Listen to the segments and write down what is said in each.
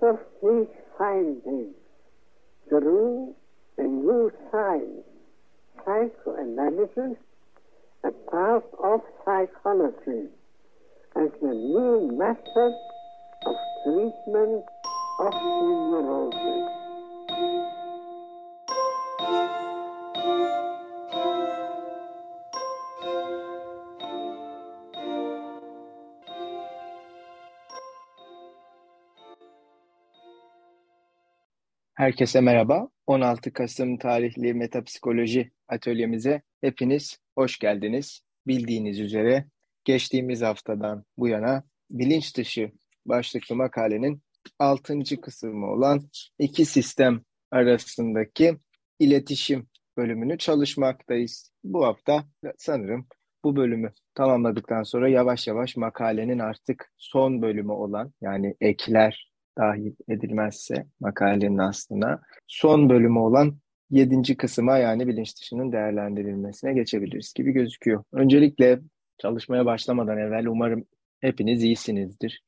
of these findings through a new science, psychoanalysis, a part of psychology, as the new method of treatment of neurosis. Herkese merhaba. 16 Kasım tarihli metapsikoloji atölyemize hepiniz hoş geldiniz. Bildiğiniz üzere geçtiğimiz haftadan bu yana bilinç dışı başlıklı makalenin 6. kısmı olan iki sistem arasındaki iletişim bölümünü çalışmaktayız. Bu hafta sanırım bu bölümü tamamladıktan sonra yavaş yavaş makalenin artık son bölümü olan, yani ekler dahil edilmezse makalenin aslına son bölümü olan 7. kısma, yani bilinç dışının değerlendirilmesine geçebiliriz gibi gözüküyor. Öncelikle çalışmaya başlamadan evvel umarım hepiniz iyisinizdir.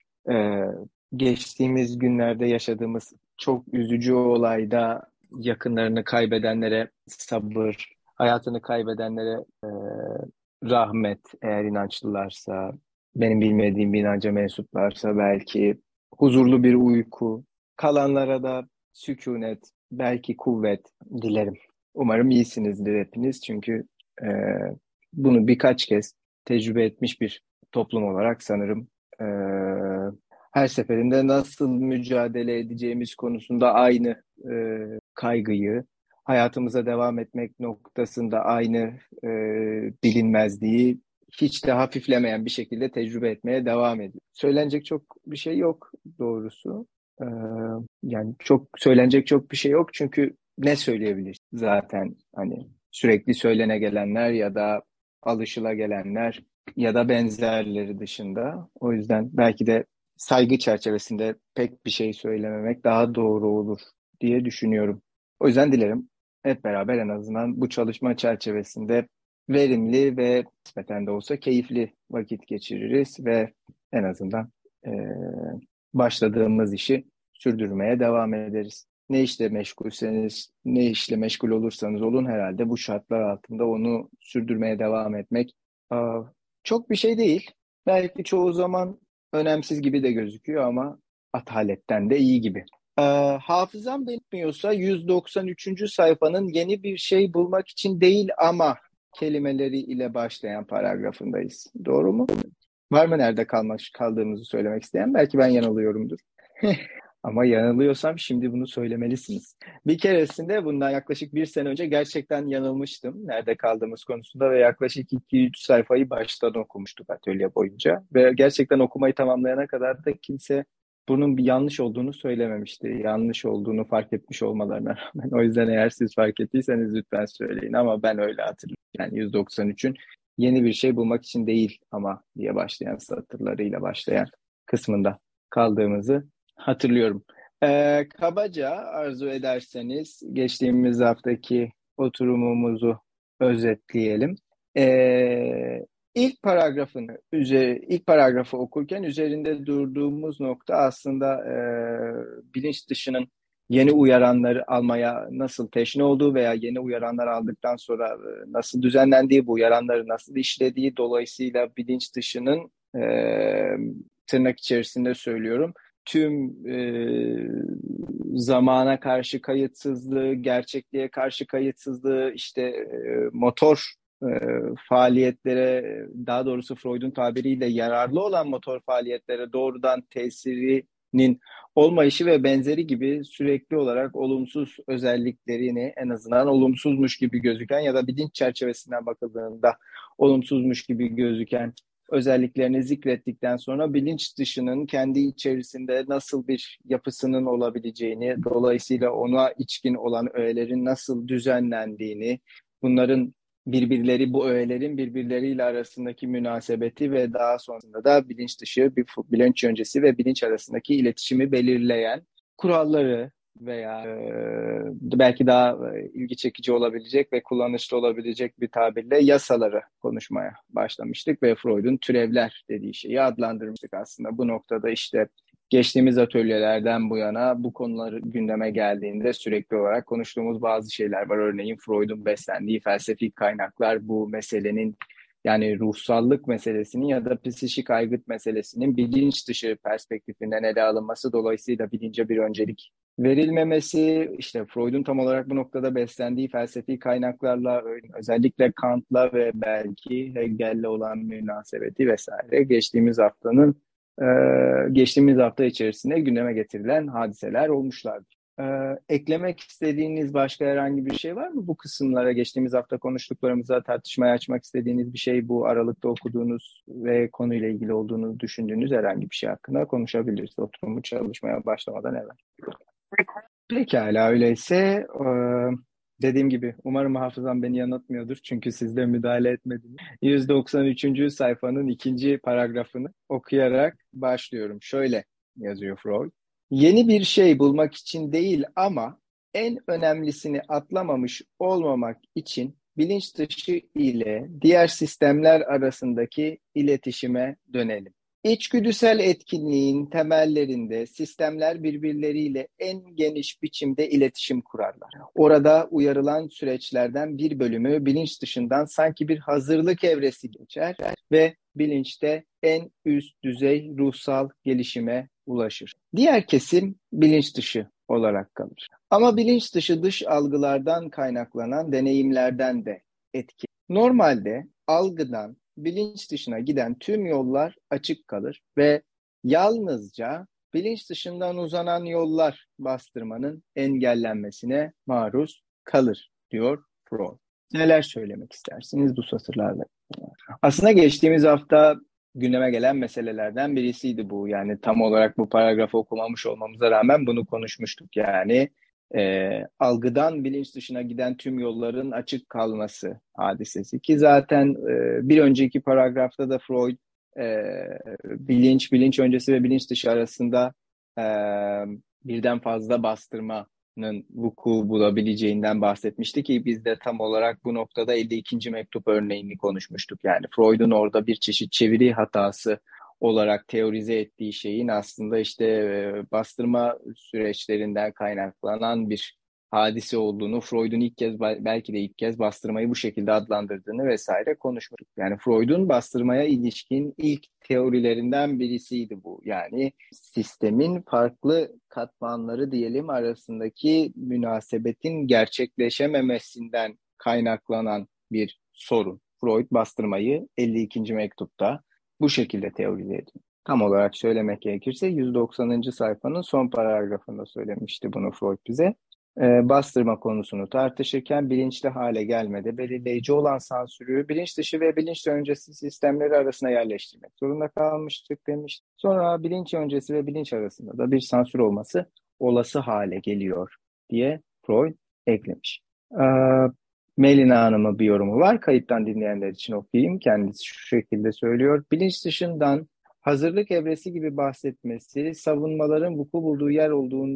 Geçtiğimiz günlerde yaşadığımız çok üzücü olayda yakınlarını kaybedenlere sabır, hayatını kaybedenlere rahmet, eğer inançlılarsa, benim bilmediğim bir inanca mensuplarsa belki huzurlu bir uyku, kalanlara da sükunet, belki kuvvet dilerim. Umarım iyisinizdir hepiniz, çünkü e, bunu birkaç kez tecrübe etmiş bir toplum olarak sanırım e, her seferinde nasıl mücadele edeceğimiz konusunda aynı kaygıyı, hayatımıza devam etmek noktasında aynı bilinmezliği hiç de hafiflemeyen bir şekilde tecrübe etmeye devam ediyor. Söylenecek çok bir şey yok doğrusu. Ee, Yani çok söylenecek çok bir şey yok, çünkü ne söyleyebiliriz zaten, hani sürekli söylene gelenler ya da alışılagelenler ya da benzerleri dışında. O yüzden belki de saygı çerçevesinde pek bir şey söylememek daha doğru olur diye düşünüyorum. O yüzden dilerim hep beraber en azından bu çalışma çerçevesinde verimli ve nispeten de olsa keyifli vakit geçiririz ve en azından başladığımız işi sürdürmeye devam ederiz. Ne işle meşgulseniz, ne işle meşgul olursanız olun, herhalde bu şartlar altında onu sürdürmeye devam etmek çok bir şey değil. Belki çoğu zaman önemsiz gibi de gözüküyor ama ataletten de iyi gibi. Hafızam bilmiyorsa 193. sayfanın yeni bir şey bulmak için değil ama kelimeleri ile başlayan paragrafındayız. Doğru mu? Var mı nerede kaldığımızı söylemek isteyen? Belki ben yanılıyorumdur. Ama yanılıyorsam şimdi bunu söylemelisiniz. Bir keresinde, bundan yaklaşık bir sene önce, gerçekten yanılmıştım nerede kaldığımız konusunda ve yaklaşık 2-3 sayfayı baştan okumuştuk atölye boyunca. Ve gerçekten okumayı tamamlayana kadar da kimse bunun bir yanlış olduğunu söylememişti. Yanlış olduğunu fark etmiş olmalarına rağmen. O yüzden eğer siz fark ettiyseniz lütfen söyleyin, ama ben öyle hatırlıyorum. Yani 193'ün yeni bir şey bulmak için değil ama diye başlayan satırlarıyla başlayan kısmında kaldığımızı hatırlıyorum. Kabaca arzu ederseniz geçtiğimiz haftaki oturumumuzu özetleyelim. İlk paragrafı okurken üzerinde durduğumuz nokta aslında bilinç dışının yeni uyaranları almaya nasıl teşne olduğu veya yeni uyaranlar aldıktan sonra nasıl düzenlendiği, bu uyaranları nasıl işlediği, dolayısıyla bilinç dışının tırnak içerisinde söylüyorum, tüm zamana karşı kayıtsızlığı, gerçekliğe karşı kayıtsızlığı, işte motor faaliyetlere, daha doğrusu Freud'un tabiriyle yararlı olan motor faaliyetlere doğrudan tesirinin olmayışı ve benzeri gibi sürekli olarak olumsuz özelliklerini, en azından olumsuzmuş gibi gözüken ya da bilinç çerçevesinden bakıldığında olumsuzmuş gibi gözüken özelliklerini zikrettikten sonra bilinç dışının kendi içerisinde nasıl bir yapısının olabileceğini, dolayısıyla ona içkin olan öğelerin nasıl düzenlendiğini, bunların bu öğelerin birbirleriyle arasındaki münasebeti ve daha sonrasında da bilinç dışı, bilinç öncesi ve bilinç arasındaki iletişimi belirleyen kuralları veya belki daha ilgi çekici olabilecek ve kullanışlı olabilecek bir tabirle yasaları konuşmaya başlamıştık ve Freud'un türevler dediği şeyi adlandırmıştık aslında. Bu noktada işte geçtiğimiz atölyelerden bu yana bu konular gündeme geldiğinde sürekli olarak konuştuğumuz bazı şeyler var. Örneğin Freud'un beslendiği felsefi kaynaklar bu meselenin yani ruhsallık meselesinin ya da psikik aygıt meselesinin bilinç dışı perspektifinden ele alınması dolayısıyla bilince bir öncelik verilmemesi, işte Freud'un tam olarak bu noktada beslendiği felsefi kaynaklarla özellikle Kant'la ve belki Hegel'le olan münasebeti vesaire geçtiğimiz hafta içerisinde gündeme getirilen hadiseler olmuşlardı. Eklemek istediğiniz başka herhangi bir şey var mı bu kısımlara? Geçtiğimiz hafta konuştuklarımıza tartışmaya açmak istediğiniz bir şey, bu aralıkta okuduğunuz ve konuyla ilgili olduğunu düşündüğünüz herhangi bir şey hakkında konuşabiliriz. Oturumu çalışmaya başlamadan evvel. Pekala öyleyse dediğim gibi umarım hafızam beni yanıltmıyordur çünkü siz de müdahale etmediniz. 193. sayfanın ikinci paragrafını okuyarak başlıyorum. Şöyle yazıyor Freud. Yeni bir şey bulmak için değil ama en önemlisini atlamamış olmamak için bilinç dışı ile diğer sistemler arasındaki iletişime dönelim. İçgüdüsel etkinliğin temellerinde sistemler birbirleriyle en geniş biçimde iletişim kurarlar. Orada uyarılan süreçlerden bir bölümü bilinç dışından sanki bir hazırlık evresi geçer ve bilinçte en üst düzey ruhsal gelişime ulaşır. Diğer kesim bilinç dışı olarak kalır. Ama bilinç dışı dış algılardan kaynaklanan deneyimlerden de etki. Normalde algıdan bilinç dışına giden tüm yollar açık kalır ve yalnızca bilinç dışından uzanan yollar bastırmanın engellenmesine maruz kalır, diyor Freud. Neler söylemek istersiniz bu satırlarla? Aslında geçtiğimiz hafta gündeme gelen meselelerden birisiydi bu. Yani tam olarak bu paragrafı okumamış olmamıza rağmen bunu konuşmuştuk. Yani algıdan bilinç dışına giden tüm yolların açık kalması hadisesi ki zaten bir önceki paragrafta da Freud bilinç öncesi ve bilinç dışı arasında e, birden fazla bastırmanın vuku bulabileceğinden bahsetmişti ki biz de tam olarak bu noktada 52. mektup örneğini konuşmuştuk. Yani Freud'un orada bir çeşit çeviri hatası olarak teorize ettiği şeyin aslında işte bastırma süreçlerinden kaynaklanan bir hadise olduğunu, Freud'un ilk kez belki de ilk kez bastırmayı bu şekilde adlandırdığını vesaire konuşmuştuk. Yani Freud'un bastırmaya ilişkin ilk teorilerinden birisiydi bu. Yani sistemin farklı katmanları diyelim arasındaki münasebetin gerçekleşememesinden kaynaklanan bir sorun. Freud bastırmayı 52. mektupta bu şekilde teorize ediyor. Tam olarak söylemek gerekirse 190. sayfanın son paragrafında söylemişti bunu Freud bize. Bastırma konusunu tartışırken bilinçli hale gelmede belirleyici olan sansürü bilinç dışı ve bilinç öncesi sistemleri arasına yerleştirmek zorunda kalmıştık demiş. Sonra bilinç öncesi ve bilinç arasında da bir sansür olması olası hale geliyor diye Freud eklemiş. Melina Hanım'ın bir yorumu var. Kayıttan dinleyenler için okuyayım. Kendisi şu şekilde söylüyor. Bilinç dışından hazırlık evresi gibi bahsetmesi, savunmaların vuku bulduğu yer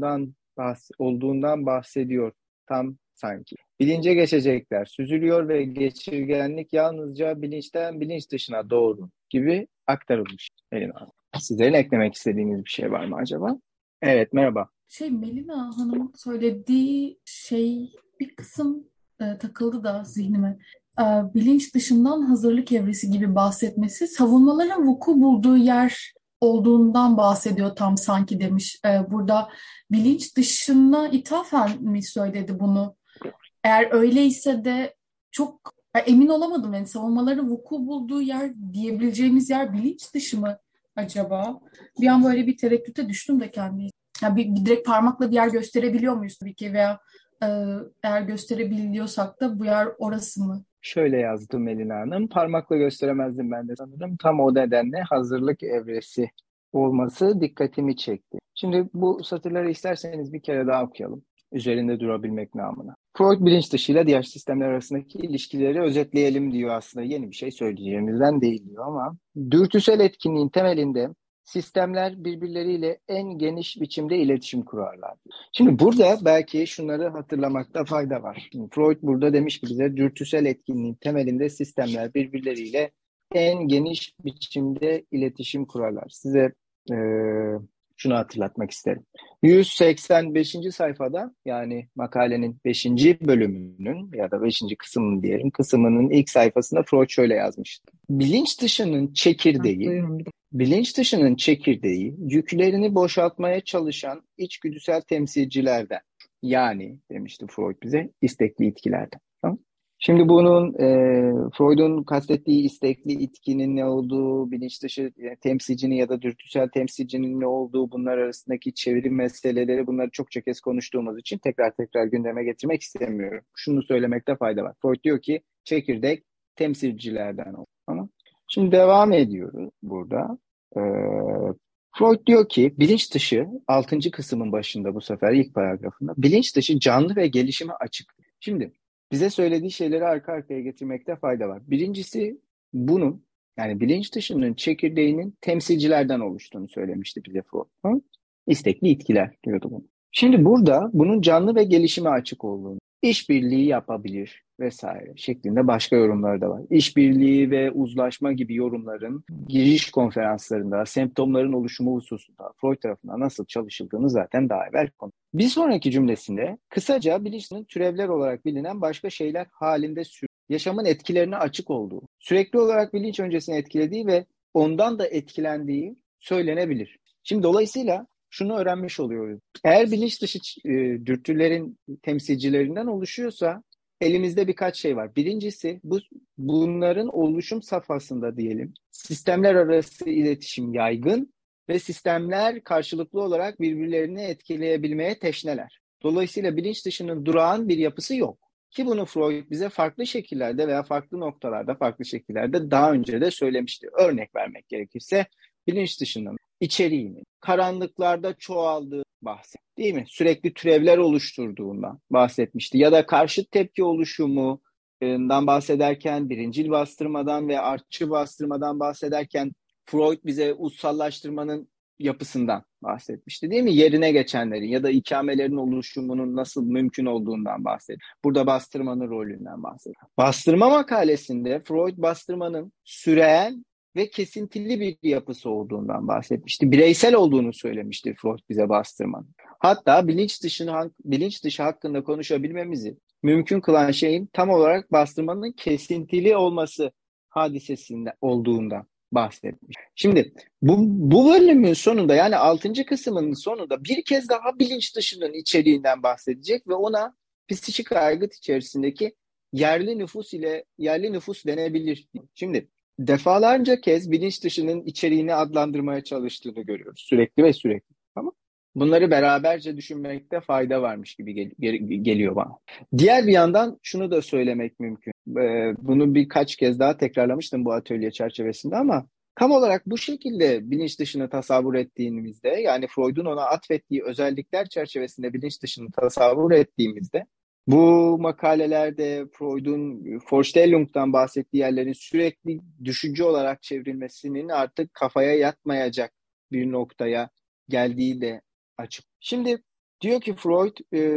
olduğundan bahsediyor tam sanki. Bilince geçecekler, süzülüyor ve geçirgenlik yalnızca bilinçten bilinç dışına doğru gibi aktarılmış. Melina Hanım. Sizlerin eklemek istediğiniz bir şey var mı acaba? Evet, merhaba. Melina Hanım söylediği bir kısım takıldı da zihnime. Bilinç dışından hazırlık evresi gibi bahsetmesi, savunmaların vuku bulduğu yer olduğundan bahsediyor tam sanki demiş. Burada bilinç dışına ithafen mi söyledi bunu? Eğer öyleyse de çok emin olamadım. Yani savunmaların vuku bulduğu yer diyebileceğimiz yer bilinç dışı mı acaba? Bir an böyle bir tereddüte düştüm de kendi. Yani bir direkt parmakla bir yer gösterebiliyor muyuz tabii ki veya eğer gösterebiliyorsak da bu yer orası mı? Şöyle yazdı Melina Hanım. Parmakla gösteremezdim ben de sanırım. Tam o nedenle hazırlık evresi olması dikkatimi çekti. Şimdi bu satırları isterseniz bir kere daha okuyalım. Üzerinde durabilmek namına. Freud bilinç dışıyla diğer sistemler arasındaki ilişkileri özetleyelim diyor aslında. Yeni bir şey söyleyeceğimizden değil diyor ama dürtüsel etkinliğin temelinde sistemler birbirleriyle en geniş biçimde iletişim kurarlar. Şimdi burada belki şunları hatırlamakta fayda var. Şimdi Freud burada demiş ki bize dürtüsel etkinliğin temelinde sistemler birbirleriyle en geniş biçimde iletişim kurarlar. Size şunu hatırlatmak isterim. 185. sayfada, yani makalenin 5. bölümünün ya da 5. kısmının diyelim, kısmının ilk sayfasında Freud şöyle yazmıştı. Bilinç dışının çekirdeği yüklerini boşaltmaya çalışan içgüdüsel temsilcilerden, yani demişti Freud bize, istekli itkilerden. Tamam. Şimdi bunun Freud'un kastettiği istekli itkinin ne olduğu, bilinç dışı temsilcinin ya da dürtüsel temsilcinin ne olduğu, bunlar arasındaki çevrim meseleleri, bunları çokça kez konuştuğumuz için tekrar gündeme getirmek istemiyorum. Şunu söylemekte fayda var. Freud diyor ki çekirdek temsilcilerden olur. Tamam. Şimdi devam ediyoruz burada. Freud diyor ki bilinç dışı, 6. kısmın başında, bu sefer ilk paragrafında, bilinç dışı canlı ve gelişime açık. Şimdi bize söylediği şeyleri arka arkaya getirmekte fayda var. Birincisi, bunun, yani bilinç dışının çekirdeğinin temsilcilerden oluştuğunu söylemişti bize Freud. İstekli itkiler diyordu bunu. Şimdi burada bunun canlı ve gelişime açık olduğunu, işbirliği yapabilir vesaire şeklinde başka yorumlar da var. İşbirliği ve uzlaşma gibi yorumların giriş konferanslarında semptomların oluşumu hususunda Freud tarafından nasıl çalışıldığını zaten daha evvel konuştuk. Bir sonraki cümlesinde kısaca bilinçin türevler olarak bilinen başka şeyler halinde yaşamın etkilerine açık olduğu, sürekli olarak bilinç öncesini etkilediği ve ondan da etkilendiği söylenebilir. Şimdi dolayısıyla şunu öğrenmiş oluyoruz. Eğer bilinç dışı dürtülerin temsilcilerinden oluşuyorsa elimizde birkaç şey var. Birincisi, bunların oluşum safhasında diyelim sistemler arası iletişim yaygın ve sistemler karşılıklı olarak birbirlerini etkileyebilmeye teşneler. Dolayısıyla bilinç dışının durağan bir yapısı yok. Ki bunu Freud bize farklı şekillerde veya farklı noktalarda, farklı şekillerde daha önce de söylemişti. Örnek vermek gerekirse bilinç dışının içeriğini karanlıklarda çoğaldığı bahsetti, değil mi? Sürekli türevler oluşturduğundan bahsetmişti. Ya da karşıt tepki oluşumundan bahsederken, birincil bastırmadan ve artçı bastırmadan bahsederken Freud bize ussallaştırmanın yapısından bahsetmişti, değil mi? Yerine geçenlerin ya da ikamelerin oluşumunun nasıl mümkün olduğundan bahsediyor. Burada bastırmanın rolünden bahsediyor. Bastırma makalesinde Freud bastırmanın süreyen ve kesintili bir yapısı olduğundan bahsetmişti. Bireysel olduğunu söylemişti Freud bize bastırmanın. Hatta bilinç dışı hakkında konuşabilmemizi mümkün kılan şeyin tam olarak bastırmanın kesintili olması hadisesinde olduğundan bahsetmiş. Şimdi bu bölümün sonunda, yani 6. kısmının sonunda bir kez daha bilinç dışının içeriğinden bahsedecek ve ona psikik aygıt içerisindeki yerli nüfus denebilir. Şimdi defalarca kez bilinç dışının içeriğini adlandırmaya çalıştığını görüyoruz. Sürekli. Tamam. Bunları beraberce düşünmekte fayda varmış gibi geliyor bana. Diğer bir yandan şunu da söylemek mümkün. Bunu birkaç kez daha tekrarlamıştım bu atölye çerçevesinde ama tam olarak bu şekilde bilinç dışını tasavvur ettiğimizde, yani Freud'un ona atfettiği özellikler çerçevesinde bilinç dışını tasavvur ettiğimizde, bu makalelerde Freud'un Vorstellungs'tan bahsettiği yerlerin sürekli düşünce olarak çevrilmesinin artık kafaya yatmayacak bir noktaya geldiği de açık. Şimdi diyor ki Freud,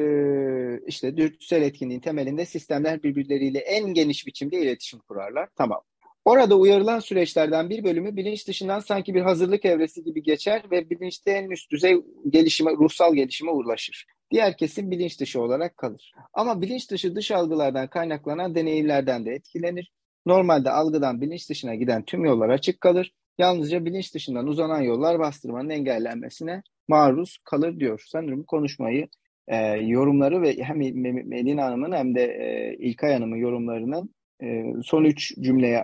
işte dürtüsel etkinliğin temelinde sistemler birbirleriyle en geniş biçimde iletişim kurarlar. Tamam. Orada uyarılan süreçlerden bir bölümü bilinç dışından sanki bir hazırlık evresi gibi geçer ve bilinçte en üst düzey ruhsal gelişime ulaşır. Diğer kesim bilinç dışı olarak kalır. Ama bilinç dışı dış algılardan kaynaklanan deneyimlerden de etkilenir. Normalde algıdan bilinç dışına giden tüm yollar açık kalır. Yalnızca bilinç dışından uzanan yollar bastırmanın engellenmesine maruz kalır diyor. Sanırım konuşmayı, yorumları ve hem Melina Hanım'ın hem de İlkay Hanım'ın yorumlarının son üç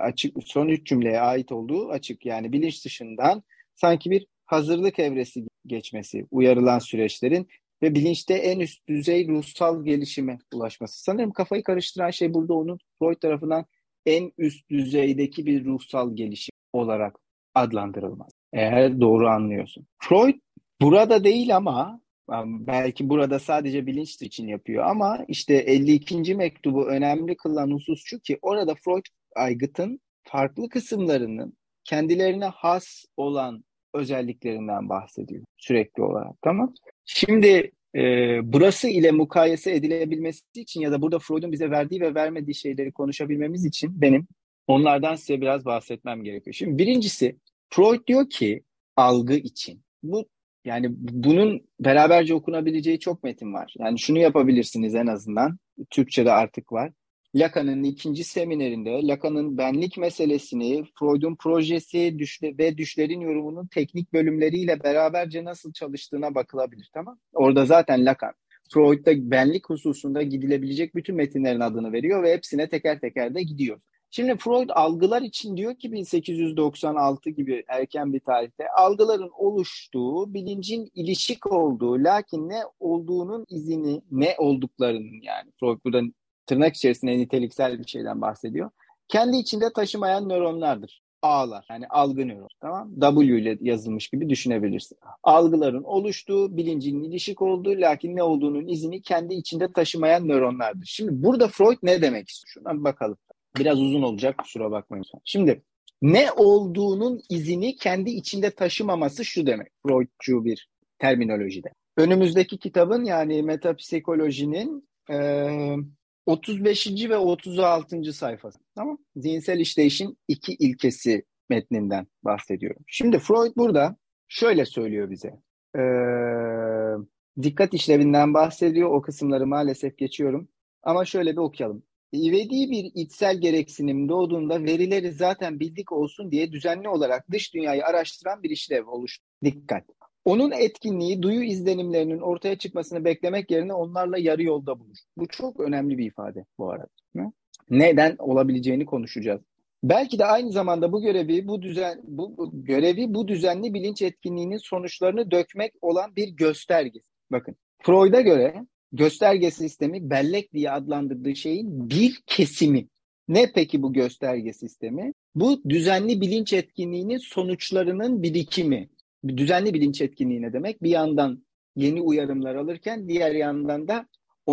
cümleye ait olduğu açık. Yani bilinç dışından sanki bir hazırlık evresi geçmesi, uyarılan süreçlerin ve bilinçte en üst düzey ruhsal gelişime ulaşması. Sanırım kafayı karıştıran şey burada onun Freud tarafından en üst düzeydeki bir ruhsal gelişim olarak adlandırılmaz. Eğer doğru anlıyorsun. Freud burada değil ama belki burada sadece bilinç için yapıyor ama işte 52. mektubu önemli kılan husus şu ki orada Freud aygıtın farklı kısımlarının kendilerine has olan özelliklerinden bahsediyor sürekli olarak. Tamam. Şimdi burası ile mukayese edilebilmesi için ya da burada Freud'un bize verdiği ve vermediği şeyleri konuşabilmemiz için benim onlardan size biraz bahsetmem gerekiyor. Şimdi birincisi, Freud diyor ki algı için. Bu Yani bunun beraberce okunabileceği çok metin var. Yani şunu yapabilirsiniz en azından. Türkçe'de artık var. Lacan'ın ikinci seminerinde Lacan'ın benlik meselesini Freud'un projesi ve düşlerin yorumunun teknik bölümleriyle beraberce nasıl çalıştığına bakılabilir. Tamam. Orada zaten Lacan Freud'da benlik hususunda gidilebilecek bütün metinlerin adını veriyor ve hepsine teker teker de gidiyor. Şimdi Freud algılar için diyor ki 1896 gibi erken bir tarihte algıların oluştuğu, bilincin ilişik olduğu, lakin ne olduğunun izini, ne olduklarının, yani Freud burada tırnak içerisinde niteliksel bir şeyden bahsediyor. Kendi içinde taşımayan nöronlardır. Ağlar, yani algı nöron, tamam? W ile yazılmış gibi düşünebilirsin. Algıların oluştuğu, bilincin ilişik olduğu, lakin ne olduğunun izini kendi içinde taşımayan nöronlardır. Şimdi burada Freud ne demek istiyor? Şuna bakalım. Biraz uzun olacak, kusura bakmayın. Şimdi ne olduğunun izini kendi içinde taşımaması şu demek. Freudcu bir terminolojide. Önümüzdeki kitabın, yani metapsikolojinin 35. ve 36. sayfası. Tamam? Zihinsel işleyişin iki ilkesi metninden bahsediyorum. Şimdi Freud burada şöyle söylüyor bize. Dikkat işlevinden bahsediyor. O kısımları maalesef geçiyorum. Ama şöyle bir okuyalım. İvedi bir içsel gereksinim doğduğunda verileri zaten bildik olsun diye düzenli olarak dış dünyayı araştıran bir işlev oluştu. Dikkat. Onun etkinliği duyu izlenimlerinin ortaya çıkmasını beklemek yerine onlarla yarı yolda bulur. Bu çok önemli bir ifade bu arada. Neden olabileceğini konuşacağız. Belki de aynı zamanda bu görevi bu düzenli bilinç etkinliğinin sonuçlarını dökmek olan bir göstergesi. Bakın, Freud'a göre gösterge sistemi bellek diye adlandırdığı şeyin bir kesimi. Ne peki bu gösterge sistemi? Bu düzenli bilinç etkinliğinin sonuçlarının birikimi. Düzenli bilinç etkinliği ne demek? Bir yandan yeni uyarımlar alırken diğer yandan da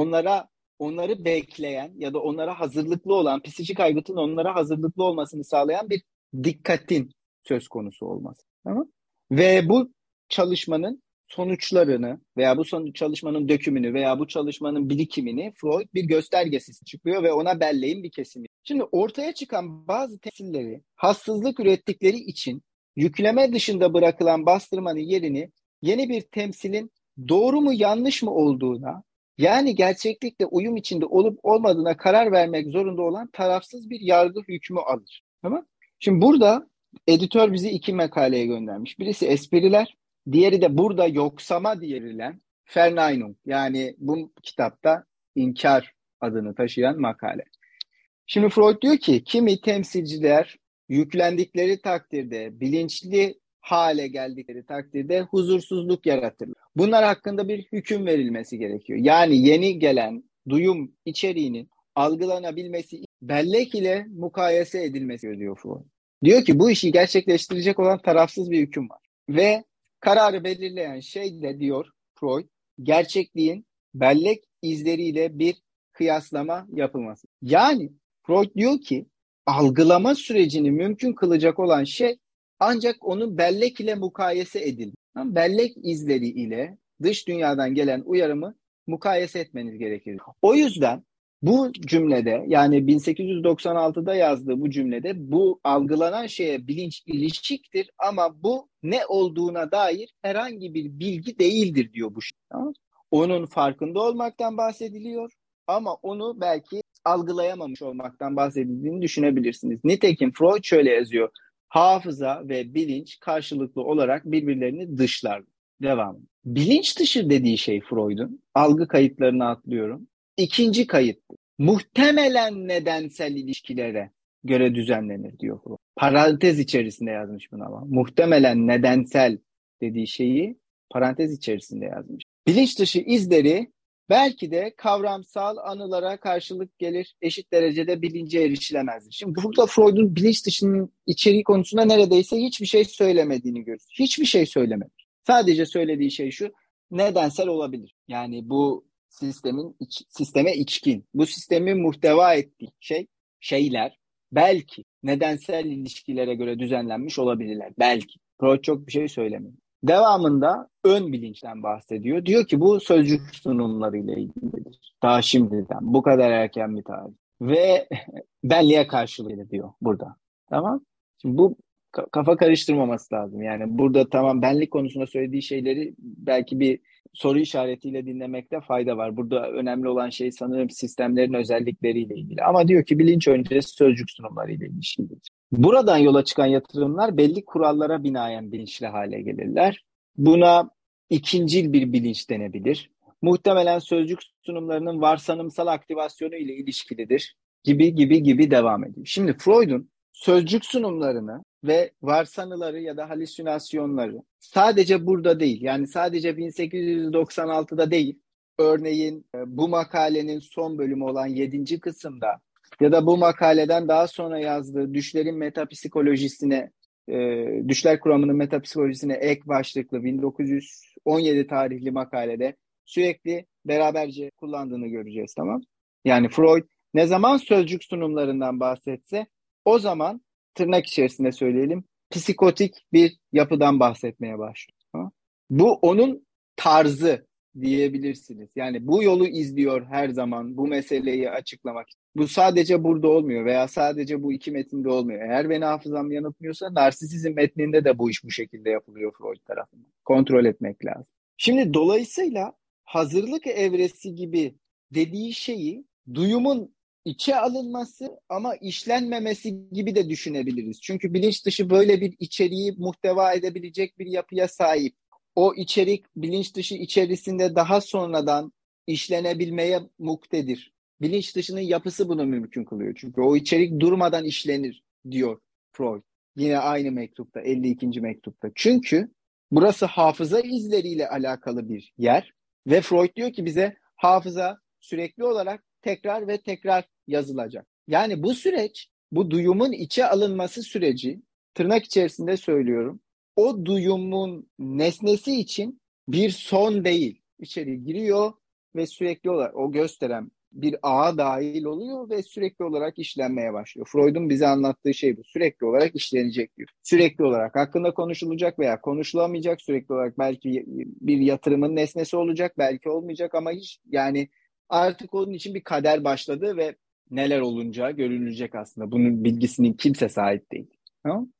onları bekleyen ya da onlara hazırlıklı olan, psikik aygıtın onlara hazırlıklı olmasını sağlayan bir dikkatin söz konusu olması. Tamam? Ve bu çalışmanın sonuçlarını veya bu çalışmanın dökümünü veya bu çalışmanın birikimini Freud bir göstergesi çıkıyor ve ona belleğin bir kesimi. Şimdi ortaya çıkan bazı temsilleri hassızlık ürettikleri için yükleme dışında bırakılan bastırmanın yerini yeni bir temsilin doğru mu yanlış mı olduğuna, yani gerçeklikle uyum içinde olup olmadığına karar vermek zorunda olan tarafsız bir yargı hükmü alır. Tamam? Şimdi burada editör bizi iki makaleye göndermiş. Birisi espriler, diğeri de burada yoksama diye verilen Verneinung, yani bu kitapta inkar adını taşıyan makale. Şimdi Freud diyor ki kimi temsilciler yüklendikleri takdirde, bilinçli hale geldikleri takdirde huzursuzluk yaratırlar. Bunlar hakkında bir hüküm verilmesi gerekiyor. Yani yeni gelen duyum içeriğinin algılanabilmesi, bellek ile mukayese edilmesi gerekiyor Freud. Diyor ki bu işi gerçekleştirecek olan tarafsız bir hüküm var. Ve kararı belirleyen şey de, diyor Freud, gerçekliğin bellek izleriyle bir kıyaslama yapılması. Yani Freud diyor ki algılama sürecini mümkün kılacak olan şey ancak onun bellek ile mukayese edilir. Bellek izleri ile dış dünyadan gelen uyarımı mukayese etmeniz gerekir. O yüzden bu cümlede, yani 1896'da yazdığı bu cümlede, bu algılanan şeye bilinç ilişiktir ama bu ne olduğuna dair herhangi bir bilgi değildir diyor bu şey. Tamam? Onun farkında olmaktan bahsediliyor ama onu belki algılayamamış olmaktan bahsedildiğini düşünebilirsiniz. Nitekim Freud şöyle yazıyor. Hafıza ve bilinç karşılıklı olarak birbirlerini dışlar. Devam. Bilinç dışı dediği şey Freud'un, algı kayıtlarını atlıyorum. İkinci kayıt. Muhtemelen nedensel ilişkilere göre düzenlenir diyor Freud. Parantez içerisinde yazmış bunu ama. Muhtemelen nedensel dediği şeyi parantez içerisinde yazmış. Bilinç dışı izleri belki de kavramsal anılara karşılık gelir, eşit derecede bilince erişilemezdir. Şimdi burada Freud'un bilinç dışının içeriği konusunda neredeyse hiçbir şey söylemediğini görürüz. Hiçbir şey söylemedi. Sadece söylediği şey şu: nedensel olabilir. Yani bu sisteme içkin, bu sistemin muhteva ettiği şeyler belki nedensel ilişkilere göre düzenlenmiş olabilirler. Belki. Freud çok bir şey söylemiyor. Devamında ön bilinçten bahsediyor. Diyor ki bu sözcük sunumlarıyla ilgilidir. Daha şimdiden, bu kadar erken bir tarih. Ve benliğe karşılığı diyor burada. Tamam? Şimdi bu kafa karıştırmaması lazım. Yani burada tamam, benlik konusunda söylediği şeyleri belki bir soru işaretiyle dinlemekte fayda var. Burada önemli olan şey sanırım sistemlerin özellikleriyle ilgili. Ama diyor ki bilinç öncesi sözcük sunumlarıyla ilişkilidir. Buradan yola çıkan yatırımlar belli kurallara binaen bilinçli hale gelirler. Buna ikincil bir bilinç denebilir. Muhtemelen sözcük sunumlarının varsayımsal aktivasyonu ile ilişkilidir gibi devam ediyor. Şimdi Freud'un sözcük sunumlarını ve varsanıları ya da halüsinasyonları sadece burada değil, yani sadece 1896'da değil, örneğin bu makalenin son bölümü olan 7. kısımda ya da bu makaleden daha sonra yazdığı Düşlerin Metapsikolojisine, Düşler Kuramının Metapsikolojisine ek başlıklı 1917 tarihli makalede sürekli beraberce kullandığını göreceğiz, tamam? Yani Freud ne zaman sözcük sunumlarından bahsetse o zaman, tırnak içerisinde söyleyelim, psikotik bir yapıdan bahsetmeye başlıyor. Tamam? Bu onun tarzı diyebilirsiniz. Yani bu yolu izliyor her zaman bu meseleyi açıklamak için. Bu sadece burada olmuyor veya sadece bu iki metinde olmuyor. Eğer beni hafızam yanıltmıyorsa narsisizm metninde de bu iş bu şekilde yapılıyor Freud tarafından. Kontrol etmek lazım. Şimdi dolayısıyla hazırlık evresi gibi dediği şeyi duyumun içe alınması ama işlenmemesi gibi de düşünebiliriz. Çünkü bilinç dışı böyle bir içeriği muhteva edebilecek bir yapıya sahip. O içerik bilinç dışı içerisinde daha sonradan işlenebilmeye muktedir. Bilinç dışının yapısı bunu mümkün kılıyor. Çünkü o içerik durmadan işlenir diyor Freud. Yine aynı mektupta, 52. mektupta. Çünkü burası hafıza izleriyle alakalı bir yer ve Freud diyor ki bize hafıza sürekli olarak tekrar ve tekrar yazılacak. Yani bu süreç, bu duyumun içe alınması süreci, tırnak içerisinde söylüyorum, o duyumun nesnesi için bir son değil. İçeri giriyor ve sürekli olarak o gösteren bir ağa dahil oluyor ve sürekli olarak işlenmeye başlıyor. Freud'un bize anlattığı şey bu. Sürekli olarak işlenecek diyor. Sürekli olarak hakkında konuşulacak veya konuşulamayacak, sürekli olarak belki bir yatırımın nesnesi olacak, belki olmayacak ama hiç, yani artık onun için bir kader başladı ve neler olunca görülecek aslında. Bunun bilgisinin kimse sahip değil. Tamam?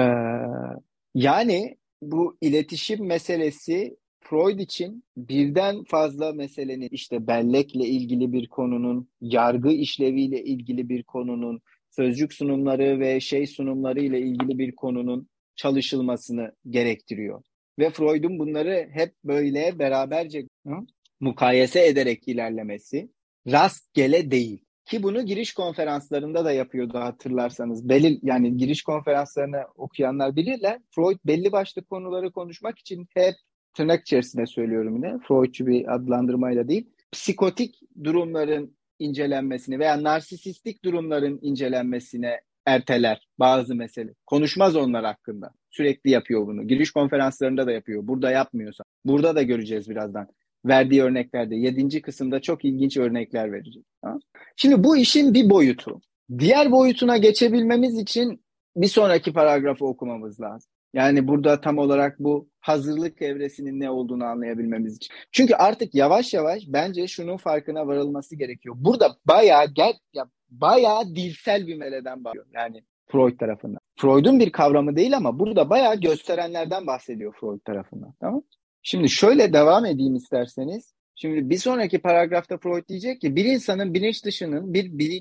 Yani bu iletişim meselesi Freud için birden fazla meselenin, işte bellekle ilgili bir konunun, yargı işleviyle ilgili bir konunun, sözcük sunumları ve sunumları ile ilgili bir konunun çalışılmasını gerektiriyor. Ve Freud'un bunları hep böyle beraberce mukayese ederek ilerlemesi rastgele değil. Ki bunu giriş konferanslarında da yapıyordu, hatırlarsanız. Yani giriş konferanslarını okuyanlar bilirler. Freud belli başlı konuları konuşmak için hep, tırnak içerisinde söylüyorum yine, Freudçu bir adlandırmayla değil, psikotik durumların incelenmesini veya narsisistik durumların incelenmesine erteler bazı mesele. Konuşmaz onlar hakkında. Sürekli yapıyor bunu. Giriş konferanslarında da yapıyor. Burada yapmıyorsa. Burada da göreceğiz birazdan. Verdiği örneklerde 7. kısımda çok ilginç örnekler verecek. Şimdi bu işin bir boyutu. Diğer boyutuna geçebilmemiz için bir sonraki paragrafı okumamız lazım. Yani burada tam olarak bu hazırlık evresinin ne olduğunu anlayabilmemiz için. Çünkü artık yavaş yavaş bence şunun farkına varılması gerekiyor. Burada bayağı dilsel bir meseleden bahsediyor. Yani Freud tarafından. Freud'un bir kavramı değil ama burada bayağı gösterenlerden bahsediyor Freud tarafından. Tamam? Şimdi şöyle devam edeyim isterseniz. Şimdi bir sonraki paragrafta Freud diyecek ki bir insanın bilinç dışının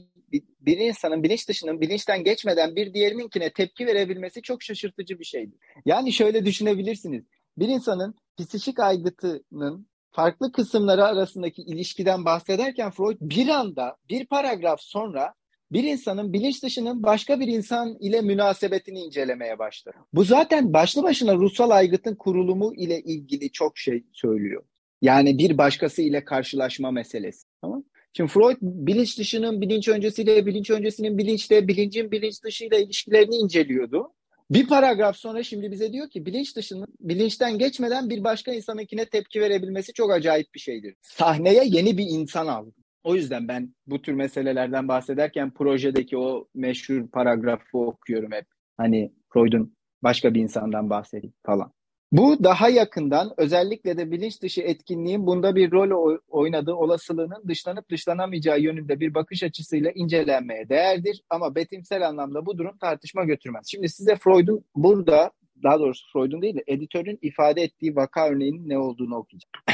bilinçten geçmeden bir diğerininkine tepki verebilmesi çok şaşırtıcı bir şeydir. Yani şöyle düşünebilirsiniz. Bir insanın psikik aygıtının farklı kısımları arasındaki ilişkiden bahsederken Freud bir anda, bir paragraf sonra bir insanın bilinç dışının başka bir insan ile münasebetini incelemeye başlar. Bu zaten başlı başına ruhsal aygıtın kurulumu ile ilgili çok şey söylüyor. Yani bir başkası ile karşılaşma meselesi. Tamam? Şimdi Freud bilinç dışının bilinç öncesiyle, bilinç öncesinin bilinçle, bilincin bilinç dışıyla ilişkilerini inceliyordu. Bir paragraf sonra şimdi bize diyor ki bilinç dışının bilinçten geçmeden bir başka insanınkine tepki verebilmesi çok acayip bir şeydir. Sahneye yeni bir insan aldı. O yüzden ben bu tür meselelerden bahsederken projedeki o meşhur paragrafı okuyorum hep. Hani Freud'un başka bir insandan bahsedeyim falan. Bu daha yakından özellikle de bilinç dışı etkinliğin bunda bir rol oynadığı olasılığının dışlanıp dışlanamayacağı yönünde bir bakış açısıyla incelenmeye değerdir. Ama betimsel anlamda bu durum tartışma götürmez. Şimdi size Freud'un burada, daha doğrusu Freud'un değil de editörün ifade ettiği vaka örneğinin ne olduğunu okuyacağım.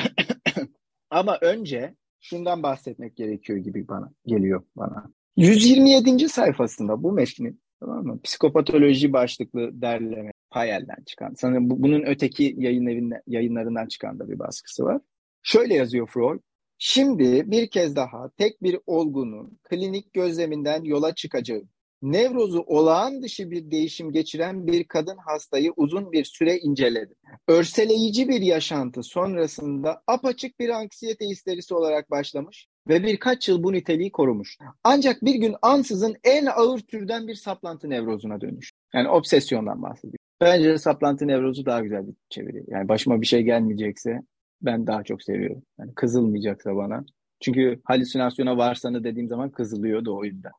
Ama önce şundan bahsetmek gerekiyor gibi geliyor bana. 127. sayfasında bu metnin, tamam mı? Psikopatoloji başlıklı derleme Payel'den çıkan. Sanırım bunun öteki yayınlarından çıkan da bir baskısı var. Şöyle yazıyor Freud. Şimdi bir kez daha tek bir olgunun klinik gözleminden yola çıkacağım. Nevrozu olağan dışı bir değişim geçiren bir kadın hastayı uzun bir süre inceledim. Örseleyici bir yaşantı sonrasında apaçık bir anksiyete histerisi olarak başlamış ve birkaç yıl bu niteliği korumuş. Ancak bir gün ansızın en ağır türden bir saplantı nevrozuna dönüş. Yani obsesyondan bahsediyor. Bence saplantı nevrozu daha güzel bir çeviri. Yani başıma bir şey gelmeyecekse ben daha çok seviyorum. Yani kızılmayacaksa bana. Çünkü halüsinasyona varsanı dediğim zaman kızılıyordu o yüzden.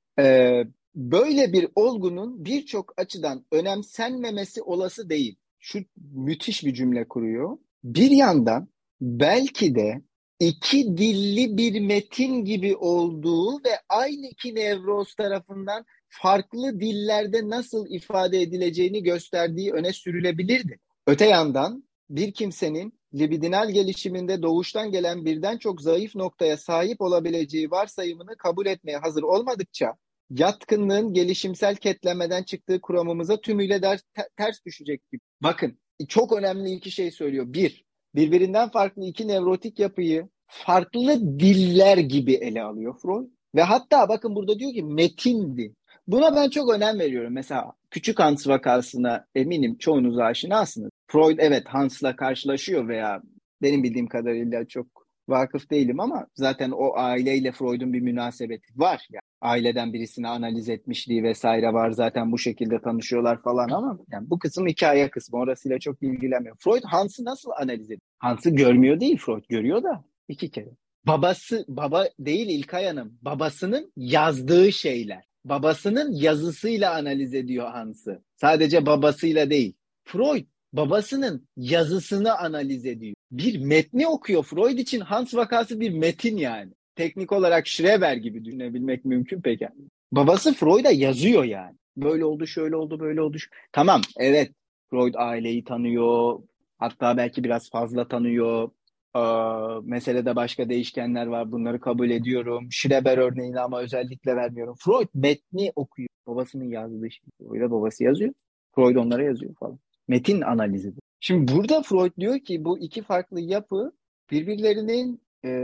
Böyle bir olgunun birçok açıdan önemsenmemesi olası değil. Şu müthiş bir cümle kuruyor. Bir yandan belki de iki dilli bir metin gibi olduğu ve aynı iki nevroz tarafından farklı dillerde nasıl ifade edileceğini gösterdiği öne sürülebilirdi. Öte yandan bir kimsenin libidinal gelişiminde doğuştan gelen birden çok zayıf noktaya sahip olabileceği varsayımını kabul etmeye hazır olmadıkça yatkınlığın gelişimsel ketlemeden çıktığı kuramımıza tümüyle ters düşecek gibi. Bakın çok önemli iki şey söylüyor. Bir, birbirinden farklı iki nevrotik yapıyı farklı diller gibi ele alıyor Freud. Ve hatta bakın burada diyor ki metindi. Buna ben çok önem veriyorum. Mesela Küçük Hans vakasına eminim çoğunuz aşinasınız. Freud evet Hans'la karşılaşıyor veya benim bildiğim kadarıyla çok vakıf değilim ama zaten o aileyle Freud'un bir münasebeti var. Yani aileden birisini analiz etmişliği vesaire var. Zaten bu şekilde tanışıyorlar falan ama yani bu kısım hikaye kısmı. Orasıyla çok ilgilenmiyor. Freud Hans'ı nasıl analiz ediyor? Hans'ı görmüyor değil Freud. Görüyor da 2 kere. Baba değil İlkay Hanım. Babasının yazdığı şeyler. Babasının yazısıyla analiz ediyor Hans'ı. Sadece babasıyla değil. Freud babasının yazısını analiz ediyor. Bir metni okuyor. Freud için Hans vakası bir metin yani. Teknik olarak Schreber gibi düşünebilmek mümkün peki. Babası Freud'a yazıyor yani. Böyle oldu, şöyle oldu, böyle oldu. Tamam, evet. Freud aileyi tanıyor. Hatta belki biraz fazla tanıyor. Meselede başka değişkenler var. Bunları kabul ediyorum. Schreber örneğini ama özellikle vermiyorum. Freud metni okuyor. Babasının yazdığı şey. Freud'a babası yazıyor. Freud onlara yazıyor falan. Metin analizi bu. Şimdi burada Freud diyor ki bu iki farklı yapı birbirlerinin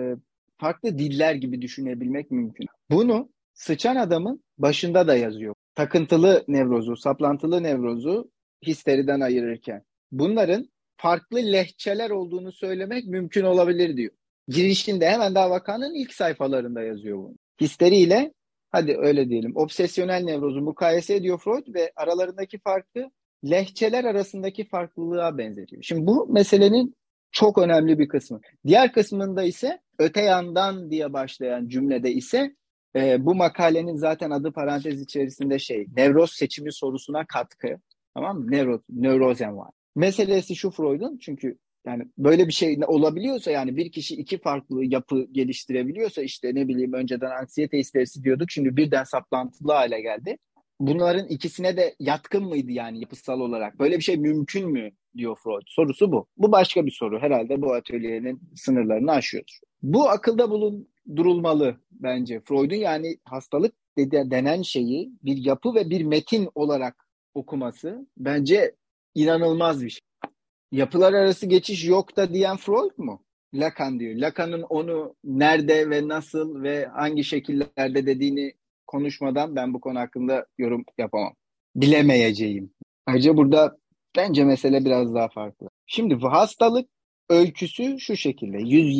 farklı diller gibi düşünebilmek mümkün. Bunu Sıçan Adam'ın başında da yazıyor. Takıntılı nevrozu, saplantılı nevrozu histeriden ayırırken. Bunların farklı lehçeler olduğunu söylemek mümkün olabilir diyor. Girişinde hemen daha vakanın ilk sayfalarında yazıyor bunu. Histeriyle hadi öyle diyelim obsesyonel nevrozu mukayese ediyor Freud ve aralarındaki farkı lehçeler arasındaki farklılığa benzetiyor. Şimdi bu meselenin çok önemli bir kısmı. Diğer kısmında ise öte yandan diye başlayan cümlede ise bu makalenin zaten adı parantez içerisinde nevroz seçimi sorusuna katkı. Tamam mı? Neurozen var. Meselesi şu Freud'un çünkü yani böyle bir şey olabiliyorsa yani bir kişi iki farklı yapı geliştirebiliyorsa işte ne bileyim önceden anksiyete histerisi diyorduk şimdi birden saplantılı hale geldi. Bunların ikisine de yatkın mıydı yani yapısal olarak? Böyle bir şey mümkün mü diyor Freud. Sorusu bu. Bu başka bir soru. Herhalde bu atölyenin sınırlarını aşıyordur. Bu akılda bulundurulmalı bence. Freud'un yani hastalık denen şeyi bir yapı ve bir metin olarak okuması bence inanılmaz bir şey. Yapılar arası geçiş yok da diyen Freud mu? Lacan diyor. Lacan'ın onu nerede ve nasıl ve hangi şekillerde dediğini konuşmadan ben bu konu hakkında yorum yapamam. Bilemeyeceğim. Ayrıca burada bence mesele biraz daha farklı. Şimdi bu hastalık öyküsü şu şekilde.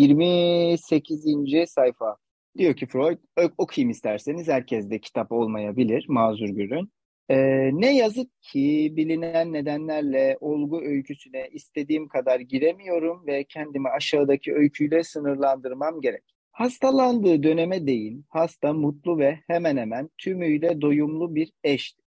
128. sayfa. Diyor ki Freud, okuyayım isterseniz herkes de kitap olmayabilir, mazur görün. Ne yazık ki bilinen nedenlerle olgu öyküsüne istediğim kadar giremiyorum ve kendimi aşağıdaki öyküyle sınırlandırmam gerek. Hastalandığı döneme değin hasta mutlu ve hemen hemen tümüyle doyumlu bir eşti.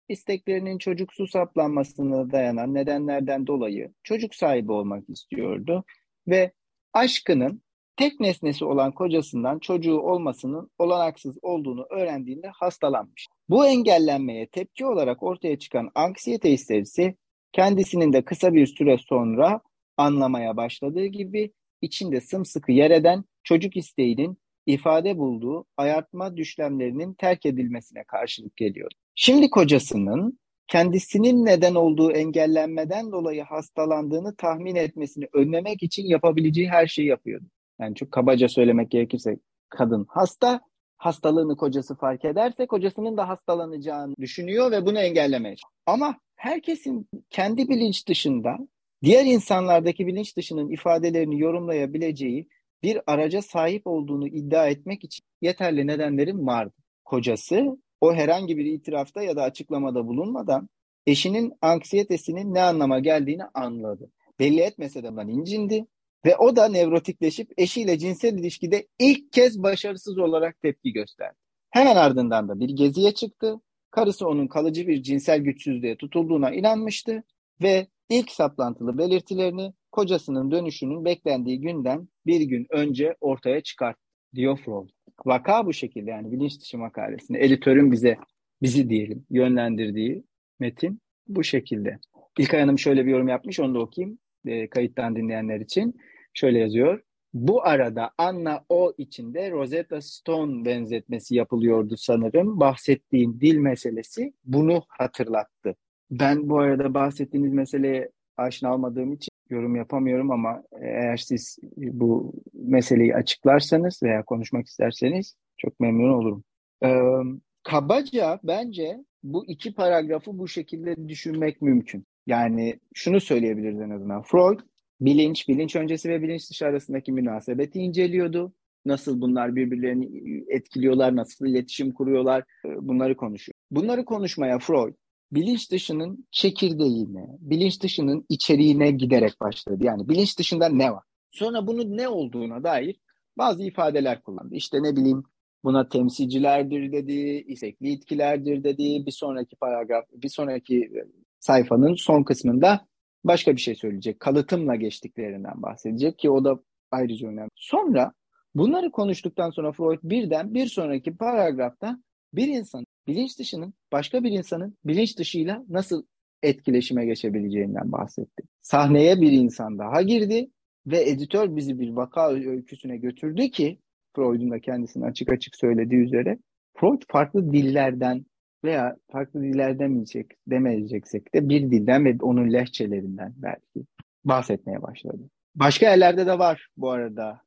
isteklerinin çocuksu saplanmasına dayanan nedenlerden dolayı çocuk sahibi olmak istiyordu ve aşkının tek nesnesi olan kocasından çocuğu olmasının olanaksız olduğunu öğrendiğinde hastalanmış. Bu engellenmeye tepki olarak ortaya çıkan anksiyete histerisi kendisinin de kısa bir süre sonra anlamaya başladığı gibi içinde sımsıkı yer eden çocuk isteğinin ifade bulduğu ayartma düşlemlerinin terk edilmesine karşılık geliyor. Şimdi kocasının kendisinin neden olduğu engellenmeden dolayı hastalandığını tahmin etmesini önlemek için yapabileceği her şeyi yapıyordu. Yani çok kabaca söylemek gerekirse kadın hasta, hastalığını kocası fark ederse kocasının da hastalanacağını düşünüyor ve bunu engellemeye çalışıyor. Ama herkesin kendi bilinç dışında diğer insanlardaki bilinç dışının ifadelerini yorumlayabileceği bir araca sahip olduğunu iddia etmek için yeterli nedenlerin vardı. Kocası o herhangi bir itirafta ya da açıklamada bulunmadan eşinin anksiyetesinin ne anlama geldiğini anladı. Belli etmese de bundan incindi ve o da nevrotikleşip eşiyle cinsel ilişkide ilk kez başarısız olarak tepki gösterdi. Hemen ardından da bir geziye çıktı. Karısı onun kalıcı bir cinsel güçsüzlüğe tutulduğuna inanmıştı ve ilk saplantılı belirtilerini kocasının dönüşünün beklendiği günden bir gün önce ortaya çıkarttı, diyor Freud. Vaka bu şekilde, yani bilinç dışı makalesinde editörün bizi diyelim yönlendirdiği metin bu şekilde. İlkay Hanım şöyle bir yorum yapmış, onu da okuyayım kayıttan dinleyenler için. Şöyle yazıyor. Bu arada Anna O içinde Rosetta Stone benzetmesi yapılıyordu sanırım. Bahsettiğin dil meselesi bunu hatırlattı. Ben bu arada bahsettiğiniz meseleye aşina olmadığım için yorum yapamıyorum ama eğer siz bu meseleyi açıklarsanız veya konuşmak isterseniz çok memnun olurum. Kabaca bence bu iki paragrafı bu şekilde düşünmek mümkün. Yani şunu söyleyebiliriz en azından. Freud bilinç öncesi ve bilinç dışı arasındaki münasebeti inceliyordu. Nasıl bunlar birbirlerini etkiliyorlar, nasıl iletişim kuruyorlar, bunları konuşuyor. Bunları konuşmaya Freud bilinç dışının çekirdeğine, bilinç dışının içeriğine giderek başladı. Yani bilinç dışında ne var? Sonra bunun ne olduğuna dair bazı ifadeler kullandı. İşte ne bileyim, buna temsilcilerdir dedi, istekli itkilerdir dedi. Bir sonraki sayfanın son kısmında başka bir şey söyleyecek. Kalıtımla geçtiklerinden bahsedecek ki o da ayrıca önemli. Sonra bunları konuştuktan sonra Freud birden bir sonraki paragrafta bir insan bilinç dışının başka bir insanın bilinç dışıyla nasıl etkileşime geçebileceğinden bahsetti. Sahneye bir insan daha girdi ve editör bizi bir vaka öyküsüne götürdü ki Freud'un da kendisine açık açık söylediği üzere Freud farklı dillerden veya farklı dillerden demeyeceksek de bir dilden ve onun lehçelerinden belki bahsetmeye başladı. Başka yerlerde de var bu arada.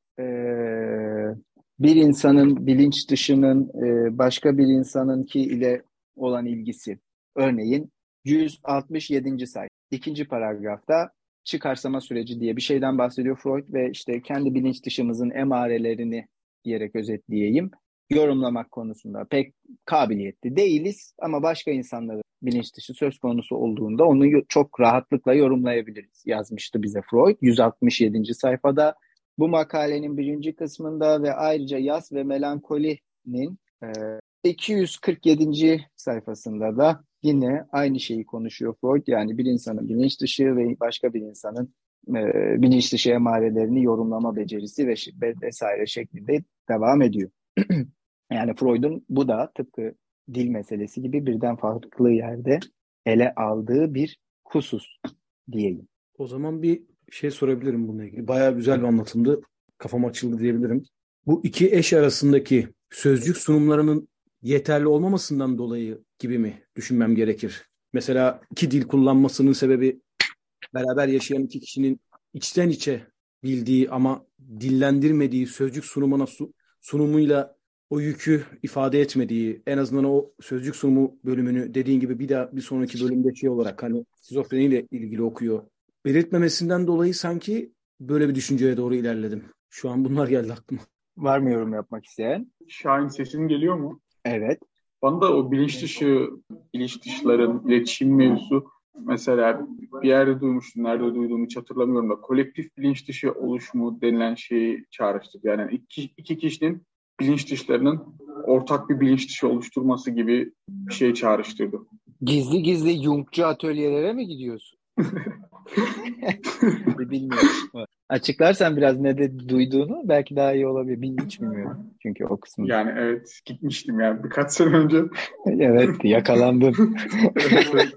Bir insanın bilinç dışının başka bir insanınki ile olan ilgisi. Örneğin 167. sayfa. 2. paragrafta çıkarsama süreci diye bir şeyden bahsediyor Freud ve işte kendi bilinç dışımızın emarelerini diyerek özetleyeyim. Yorumlamak konusunda pek kabiliyetli değiliz ama başka insanların bilinç dışı söz konusu olduğunda onu çok rahatlıkla yorumlayabiliriz yazmıştı bize Freud 167. sayfada. Bu makalenin 1. kısmında ve ayrıca Yas ve Melankoli'nin 247. sayfasında da yine aynı şeyi konuşuyor Freud. Yani bir insanın bilinç dışı ve başka bir insanın bilinç dışı emarelerini yorumlama becerisi ve vesaire şeklinde devam ediyor. Yani Freud'un bu da tıpkı dil meselesi gibi birden farklı yerde ele aldığı bir husus diyeyim. O zaman bir şey sorabilirim bununla ilgili. Bayağı güzel bir anlatımdı. Kafam açıldı diyebilirim. Bu iki eş arasındaki sözcük sunumlarının yeterli olmamasından dolayı gibi mi düşünmem gerekir? Mesela iki dil kullanmasının sebebi beraber yaşayan iki kişinin içten içe bildiği ama dillendirmediği sözcük sunumuyla o yükü ifade etmediği, en azından o sözcük sunumu bölümünü dediğin gibi bir sonraki bölümde şey olarak hani şizofreniyle ilgili okuyor. Belirtmemesinden dolayı sanki böyle bir düşünceye doğru ilerledim. Şu an bunlar geldi aklıma. Var mı yorum yapmak isteyen? Şahin, sesin geliyor mu? Evet. Bana da o bilinç dışların iletişim mevzusu mesela bir yerde duymuştum, nerede duyduğumu hiç hatırlamıyorum da kolektif bilinç dışı oluşumu denilen şeyi çağrıştırdı. Yani iki kişinin bilinç dışlarının ortak bir bilinç dışı oluşturması gibi bir şey çağrıştırdı. Gizli gizli Jungçu atölyelere mi gidiyorsun? Bilmiyorum. Açıklarsan biraz ne de duyduğunu belki daha iyi olabilir. Hiç bilmiyorum. Çünkü o kısmını. Yani evet, gitmiştim yani birkaç sene önce. Evet, yakalandın. Evet, evet.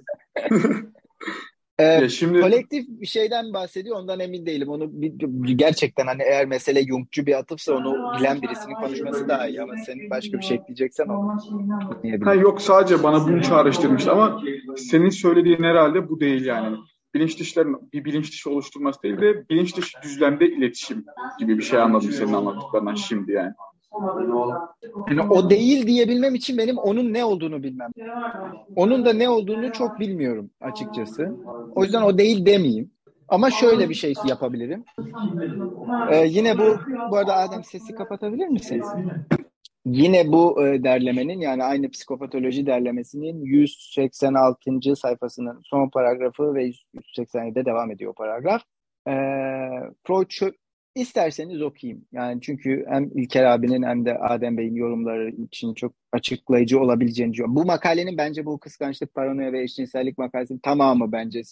Ya şimdi Kolektif bir şeyden bahsediyor, ondan emin değilim. Onu gerçekten hani eğer mesele Jungçu bir atıfsa onu bilen birisinin konuşması daha iyi, ama sen başka bir şey ekleyeceksen onu dinleyebilirim. yok, sadece bana bunu çağrıştırmıştı ama senin söylediğin herhalde bu değil yani. Bilinç dışların bir bilinç dışı oluşturması değil de bilinç dışı düzlemde iletişim gibi bir şey anladım senin anlattıklarından şimdi yani. Yani o değil diyebilmem için benim onun ne olduğunu bilmem. Onun da ne olduğunu çok bilmiyorum açıkçası. O yüzden o değil demeyeyim. Ama şöyle bir şey yapabilirim. Yine bu arada Adem, sesi kapatabilir misiniz? Yine bu derlemenin, yani aynı psikopatoloji derlemesinin 186. sayfasının son paragrafı ve 187'de devam ediyor o paragraf. Freud isterseniz okuyayım. Yani çünkü hem İlker abinin hem de Adem Bey'in yorumları için çok açıklayıcı olabileceğini düşünüyorum. Bu makalenin bence bu kıskançlık, paranoya ve eşcinsellik makalesinin tamamı bence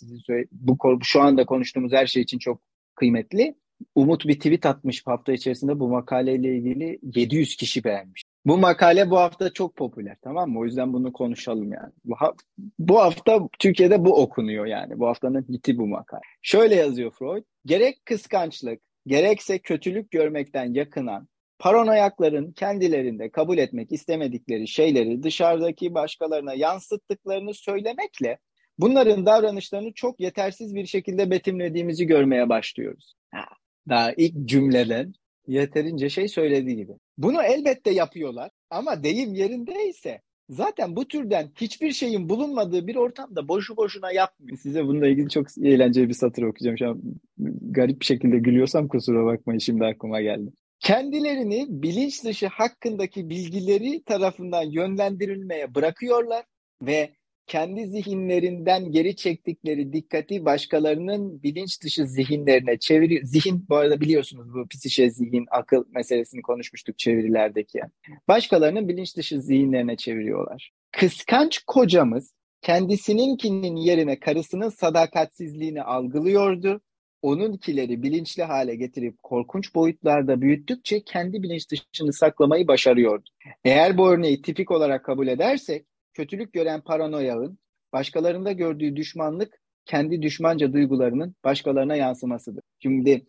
şu anda konuştuğumuz her şey için çok kıymetli. Umut bir tweet atmış hafta içerisinde, bu makaleyle ilgili 700 kişi beğenmiş. Bu makale bu hafta çok popüler, tamam mı? O yüzden bunu konuşalım yani. Bu hafta Türkiye'de bu okunuyor yani. Bu haftanın hiti bu makale. Şöyle yazıyor Freud. Gerek kıskançlık, gerekse kötülük görmekten yakınan, paranoyakların kendilerinde kabul etmek istemedikleri şeyleri dışarıdaki başkalarına yansıttıklarını söylemekle bunların davranışlarını çok yetersiz bir şekilde betimlediğimizi görmeye başlıyoruz. Daha ilk cümleden yeterince şey söylediği gibi. Bunu elbette yapıyorlar ama deyim yerindeyse zaten bu türden hiçbir şeyin bulunmadığı bir ortamda boşu boşuna yapmıyor. Size bununla ilgili çok eğlenceli bir satır okuyacağım. Şu an garip bir şekilde gülüyorsam kusura bakmayın, şimdi aklıma geldi. Kendilerini bilinç dışı hakkındaki bilgileri tarafından yönlendirilmeye bırakıyorlar ve kendi zihinlerinden geri çektikleri dikkati başkalarının bilinç dışı zihinlerine çeviriyor. Zihin, bu arada biliyorsunuz, bu psişe, zihin, akıl meselesini konuşmuştuk çevirilerdeki. Başkalarının bilinç dışı zihinlerine çeviriyorlar. Kıskanç kocamız kendisininkinin yerine karısının sadakatsizliğini algılıyordu. Onunkileri bilinçli hale getirip korkunç boyutlarda büyüttükçe kendi bilinç dışını saklamayı başarıyordu. Eğer bu örneği tipik olarak kabul edersek, kötülük gören paranoyağın başkalarında gördüğü düşmanlık kendi düşmanca duygularının başkalarına yansımasıdır. Şimdi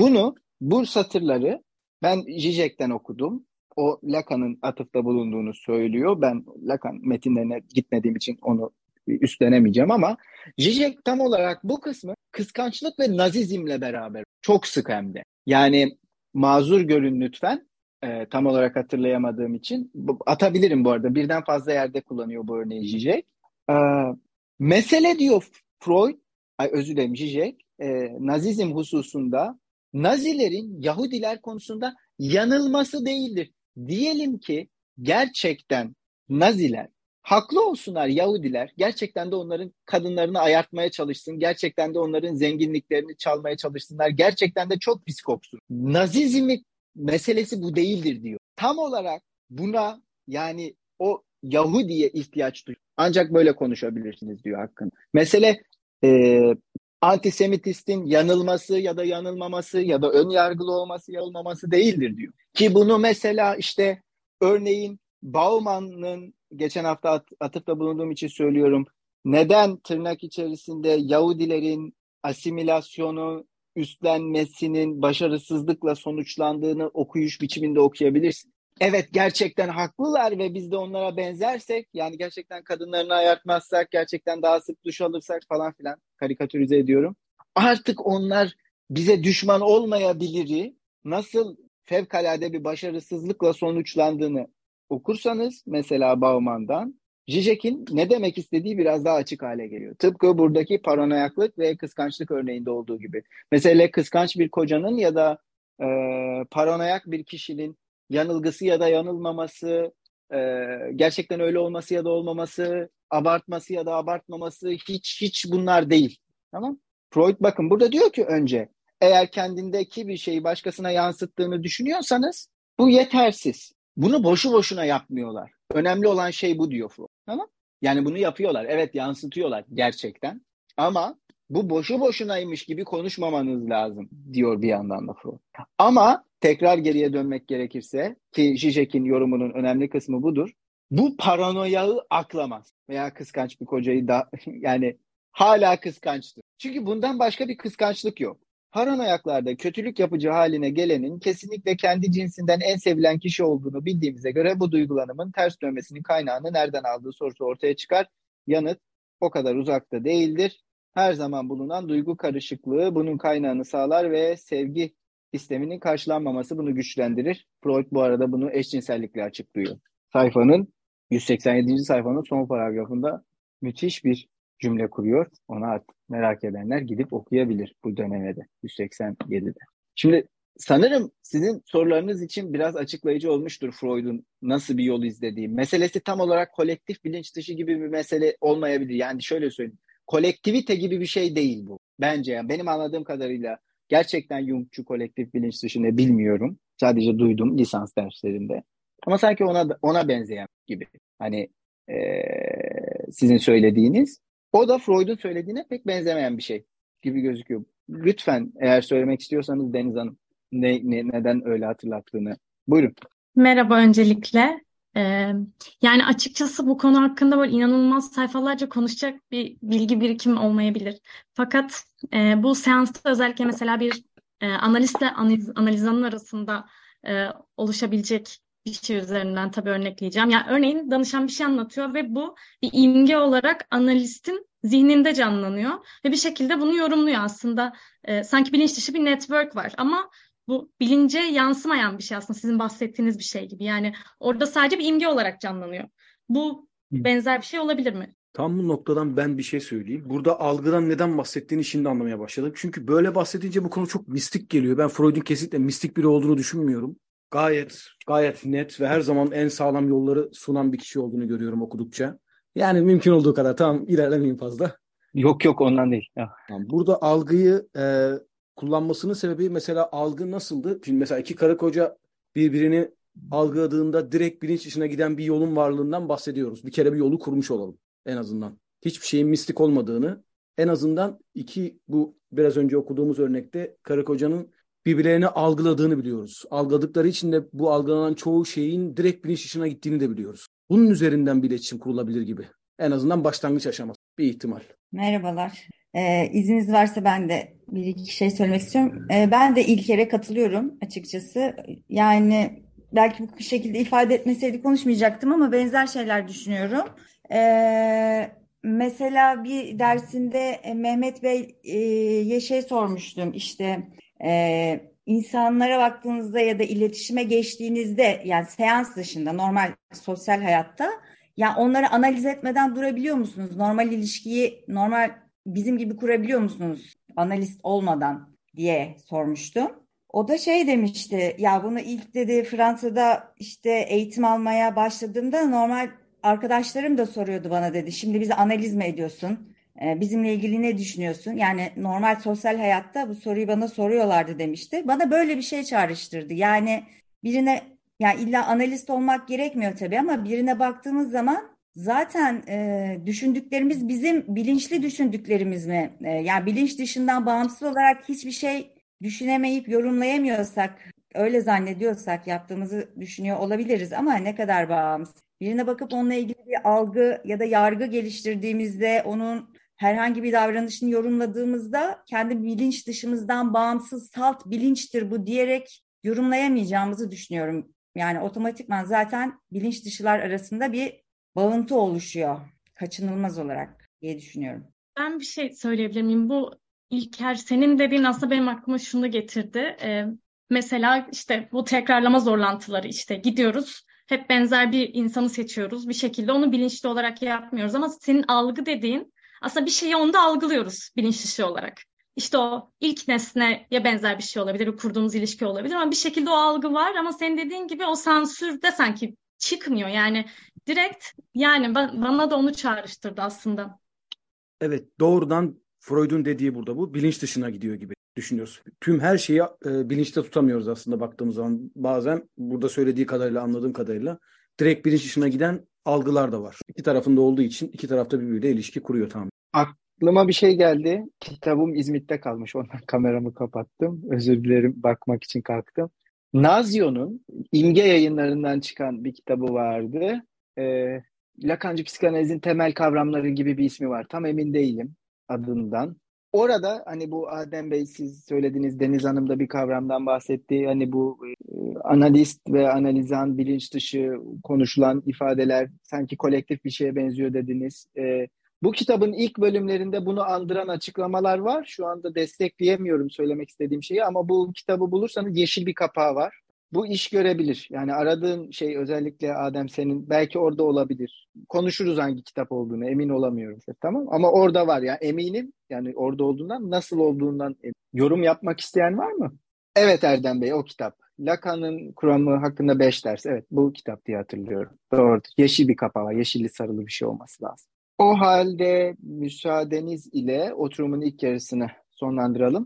bu satırları ben Zizek'ten okudum. O Lacan'ın atıfta bulunduğunu söylüyor. Ben Lacan metinlerine gitmediğim için onu üstlenemeyeceğim ama Zizek tam olarak bu kısmı kıskançlık ve nazizmle beraber çok sık hem de. Yani mazur görün lütfen. Tam olarak hatırlayamadığım için. Atabilirim bu arada. Birden fazla yerde kullanıyor bu örneği Zizek. Mesele diyor Freud, özür dilerim Zizek, Nazizm hususunda Nazilerin Yahudiler konusunda yanılması değildir. Diyelim ki gerçekten Naziler haklı olsunlar, Yahudiler gerçekten de onların kadınlarını ayartmaya çalışsın, gerçekten de onların zenginliklerini çalmaya çalışsınlar, gerçekten de çok pis koksun. Nazizmi meselesi bu değildir diyor. Tam olarak buna, yani o Yahudi'ye ihtiyaç duyuyor. Ancak böyle konuşabilirsiniz diyor hakkında. Mesele antisemitistin yanılması ya da yanılmaması ya da ön yargılı olması ya olmaması değildir diyor. Ki bunu mesela işte örneğin Bauman'ın geçen hafta atıfta bulunduğum için söylüyorum. Neden tırnak içerisinde Yahudilerin asimilasyonu üstlenmesinin başarısızlıkla sonuçlandığını okuyuş biçiminde okuyabilirsin. Evet, gerçekten haklılar ve biz de onlara benzersek, yani gerçekten kadınlarını ayartmazsak, gerçekten daha sık duş alırsak falan filan, karikatürize ediyorum. Artık onlar bize düşman olmayabiliri nasıl fevkalade bir başarısızlıkla sonuçlandığını okursanız mesela Bauman'dan, Zizek'in ne demek istediği biraz daha açık hale geliyor. Tıpkı buradaki paranoyaklık ve kıskançlık örneğinde olduğu gibi. Mesela kıskanç bir kocanın ya da paranoyak bir kişinin yanılgısı ya da yanılmaması, gerçekten öyle olması ya da olmaması, abartması ya da abartmaması hiç bunlar değil. Tamam? Freud bakın burada diyor ki önce, eğer kendindeki bir şeyi başkasına yansıttığını düşünüyorsanız bu yetersiz. Bunu boşu boşuna yapmıyorlar. Önemli olan şey bu diyor Freud. Tamam? Yani bunu yapıyorlar. Evet, yansıtıyorlar gerçekten. Ama bu boşu boşunaymış gibi konuşmamanız lazım diyor bir yandan da Freud. Ama tekrar geriye dönmek gerekirse ki Zizek'in yorumunun önemli kısmı budur. Bu paranoyayı aklamaz. Veya kıskanç bir kocayı da yani hala kıskançtır. Çünkü bundan başka bir kıskançlık yok. Paranoyaklarda kötülük yapıcı haline gelenin kesinlikle kendi cinsinden en sevilen kişi olduğunu bildiğimize göre bu duygulanımın ters dönmesinin kaynağını nereden aldığı sorusu ortaya çıkar. Yanıt o kadar uzakta değildir. Her zaman bulunan duygu karışıklığı bunun kaynağını sağlar ve sevgi isteminin karşılanmaması bunu güçlendirir. Freud bu arada bunu eşcinsellikle açıklıyor. 187. sayfanın son paragrafında müthiş bir cümle kuruyor. Onu artık merak edenler gidip okuyabilir bu dönemde 187'de. Şimdi sanırım sizin sorularınız için biraz açıklayıcı olmuştur Freud'un nasıl bir yol izlediği. Meselesi tam olarak kolektif bilinç dışı gibi bir mesele olmayabilir. Yani şöyle söyleyeyim. Kolektivite gibi bir şey değil bu. Bence yani benim anladığım kadarıyla gerçekten Jungçu kolektif bilinç dışı ne bilmiyorum. Sadece duydum lisans derslerinde. Ama sanki ona benzeyen gibi. Hani sizin söylediğiniz. O da Freud'un söylediğine pek benzemeyen bir şey gibi gözüküyor. Lütfen eğer söylemek istiyorsanız Deniz Hanım neden öyle hatırlattığını. Buyurun. Merhaba öncelikle. Ee, Yani açıkçası bu konu hakkında böyle inanılmaz sayfalarca konuşacak bir bilgi birikimim olmayabilir. Fakat bu seansta özellikle mesela bir analistle analizanın arasında oluşabilecek bir şey üzerinden tabii örnekleyeceğim. Yani örneğin danışan bir şey anlatıyor ve bu bir imge olarak analistin zihninde canlanıyor ve bir şekilde bunu yorumluyor aslında. Sanki bilinç dışı bir network var ama bu bilince yansımayan bir şey aslında sizin bahsettiğiniz bir şey gibi. Yani orada sadece bir imge olarak canlanıyor. Bu benzer bir şey olabilir mi? Tam bu noktadan ben bir şey söyleyeyim. Burada algıdan neden bahsettiğini şimdi anlamaya başladım. Çünkü böyle bahsedince bu konu çok mistik geliyor. Ben Freud'un kesinlikle mistik biri olduğunu düşünmüyorum. Gayet net ve her zaman en sağlam yolları sunan bir kişi olduğunu görüyorum okudukça. Yani mümkün olduğu kadar, tamam, ilerlemeyeyim fazla. Yok ondan değil. Yani burada algıyı kullanmasının sebebi, mesela algı nasıldı? Şimdi mesela iki karı koca birbirini algıladığında direkt bilinç dışına giden bir yolun varlığından bahsediyoruz. Bir kere bir yolu kurmuş olalım en azından. Hiçbir şeyin mistik olmadığını, en azından bu biraz önce okuduğumuz örnekte karı kocanın birbirlerini algıladığını biliyoruz. Algıladıkları için de bu algılanan çoğu şeyin direkt bilinç dışına gittiğini de biliyoruz. Bunun üzerinden bir iletişim kurulabilir gibi. En azından başlangıç aşaması bir ihtimal. Merhabalar. İzniniz varsa ben de bir iki şey söylemek istiyorum. Ben de İlker'e katılıyorum açıkçası. Yani belki bu şekilde ifade etmeseydi konuşmayacaktım ama benzer şeyler düşünüyorum. Mesela bir dersinde Mehmet Bey'e şey sormuştum, işte insanlara baktığınızda ya da iletişime geçtiğinizde, yani seans dışında normal sosyal hayatta, ya onları analiz etmeden durabiliyor musunuz? Normal ilişkiyi normal bizim gibi kurabiliyor musunuz? Analist olmadan diye sormuştum. O da şey demişti, ya bunu ilk dedi Fransa'da işte eğitim almaya başladığımda normal arkadaşlarım da soruyordu bana, dedi. Şimdi bizi analiz mi ediyorsun? Bizimle ilgili ne düşünüyorsun? Yani normal sosyal hayatta bu soruyu bana soruyorlardı demişti. Bana böyle bir şey çağrıştırdı. Yani birine, yani illa analist olmak gerekmiyor tabii ama birine baktığımız zaman zaten düşündüklerimiz bizim bilinçli düşündüklerimiz mi? Yani bilinç dışından bağımsız olarak hiçbir şey düşünemeyip yorumlayamıyorsak, öyle zannediyorsak yaptığımızı düşünüyor olabiliriz ama ne kadar bağımsız? Birine bakıp onunla ilgili bir algı ya da yargı geliştirdiğimizde, onun herhangi bir davranışını yorumladığımızda kendi bilinç dışımızdan bağımsız salt bilinçtir bu diyerek yorumlayamayacağımızı düşünüyorum. Yani otomatikman zaten bilinç dışılar arasında bir bağıntı oluşuyor kaçınılmaz olarak diye düşünüyorum. Ben bir şey söyleyebilir miyim? Bu İlker, senin dediğin aslında benim aklıma şunu getirdi. Mesela işte bu tekrarlama zorlantıları, işte gidiyoruz. Hep benzer bir insanı seçiyoruz. Bir şekilde onu bilinçli olarak yapmıyoruz. Ama senin algı dediğin, aslında bir şeyi onda algılıyoruz bilinç dışı olarak. İşte o ilk nesneye benzer bir şey olabilir, bir kurduğumuz ilişki olabilir ama bir şekilde o algı var ama senin dediğin gibi o sansürde sanki çıkmıyor. Yani direkt, yani bana da onu çağrıştırdı aslında. Evet, doğrudan Freud'un dediği burada bu. Bilinç dışına gidiyor gibi düşünüyoruz. Tüm her şeyi bilinçte tutamıyoruz aslında baktığımız zaman. Bazen burada söylediği kadarıyla, anladığım kadarıyla direkt bilinç dışına giden algılar da var. İki tarafında olduğu için iki tarafta birbiriyle ilişki kuruyor tam. Aklıma bir şey geldi. Kitabım İzmit'te kalmış. Ondan kameramı kapattım. Özür dilerim. Bakmak için kalktım. Nazio'nun İmge Yayınlarından çıkan bir kitabı vardı. Lacancı psikanalizin temel kavramları gibi bir ismi var. Tam emin değilim adından. Orada hani bu Adem Bey siz söylediğiniz, Deniz Hanım da bir kavramdan bahsetti. Hani bu analist ve analizan bilinç dışı konuşulan ifadeler sanki kolektif bir şeye benziyor dediniz. Bu kitabın ilk bölümlerinde bunu andıran açıklamalar var. Şu anda destekleyemiyorum söylemek istediğim şeyi ama bu kitabı bulursanız yeşil bir kapağı var. Bu iş görebilir. Yani aradığın şey özellikle Adem senin belki orada olabilir. Konuşuruz hangi kitap olduğunu emin olamıyorum. Tamam ama orada var ya eminim. Yani orada olduğundan nasıl olduğundan yorum yapmak isteyen var mı? Evet Erdem Bey o kitap. Lacan'ın kuramı hakkında 5 ders. Evet bu kitap diye hatırlıyorum. Doğrudur. Yeşil bir kapağı, yeşilli sarılı bir şey olması lazım. O halde müsaadeniz ile oturumun ilk yarısını sonlandıralım.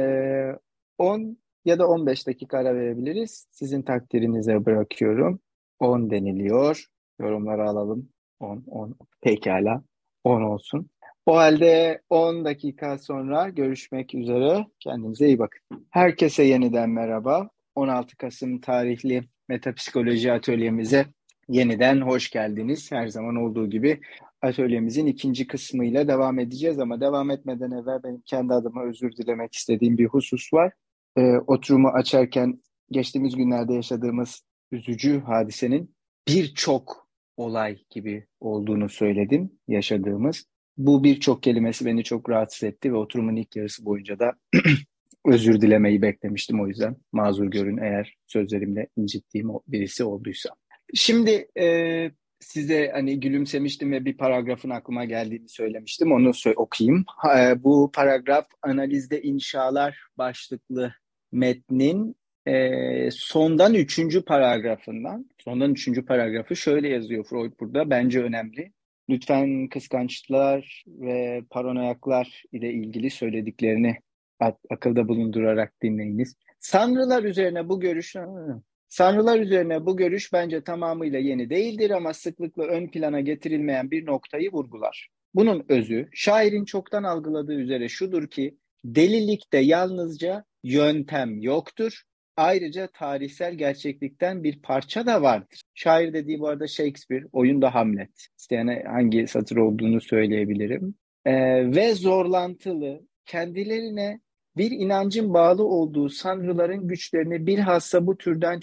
10 ya da 15 dakika ara verebiliriz. Sizin takdirinize bırakıyorum. 10 deniliyor. Yorumları alalım. 10. Pekala. 10 olsun. O halde 10 dakika sonra görüşmek üzere. Kendinize iyi bakın. Herkese yeniden merhaba. 16 Kasım tarihli metapsikoloji atölyemize yeniden hoş geldiniz. Her zaman olduğu gibi atölyemizin ikinci kısmıyla devam edeceğiz ama devam etmeden evvel benim kendi adıma özür dilemek istediğim bir husus var. Oturumu açarken geçtiğimiz günlerde yaşadığımız üzücü hadisenin birçok olay gibi olduğunu söyledim yaşadığımız. Bu birçok kelimesi beni çok rahatsız etti ve oturumun ilk yarısı boyunca da özür dilemeyi beklemiştim. O yüzden mazur görün eğer sözlerimle incittiğim birisi olduysa. Şimdi size hani gülümsemiştim ve bir paragrafın aklıma geldiğini söylemiştim. Onu okuyayım. Bu paragraf analizde inşalar başlıklı metnin sondan 3. paragrafından. Sondan 3. paragrafı şöyle yazıyor Freud burada. Bence önemli. Lütfen kıskançlıklar ve paranoyaklar ile ilgili söylediklerini akılda bulundurarak dinleyiniz. Sanrılar üzerine bu görüş bence tamamıyla yeni değildir ama sıklıkla ön plana getirilmeyen bir noktayı vurgular. Bunun özü, şairin çoktan algıladığı üzere şudur ki, delilikte yalnızca yöntem yoktur. Ayrıca tarihsel gerçeklikten bir parça da vardır. Şair dediği bu arada Shakespeare, oyunda Hamlet. İsteyene hangi satır olduğunu söyleyebilirim. Ve zorlantılı, kendilerine bir inancın bağlı olduğu sanrıların güçlerini bilhassa bu türden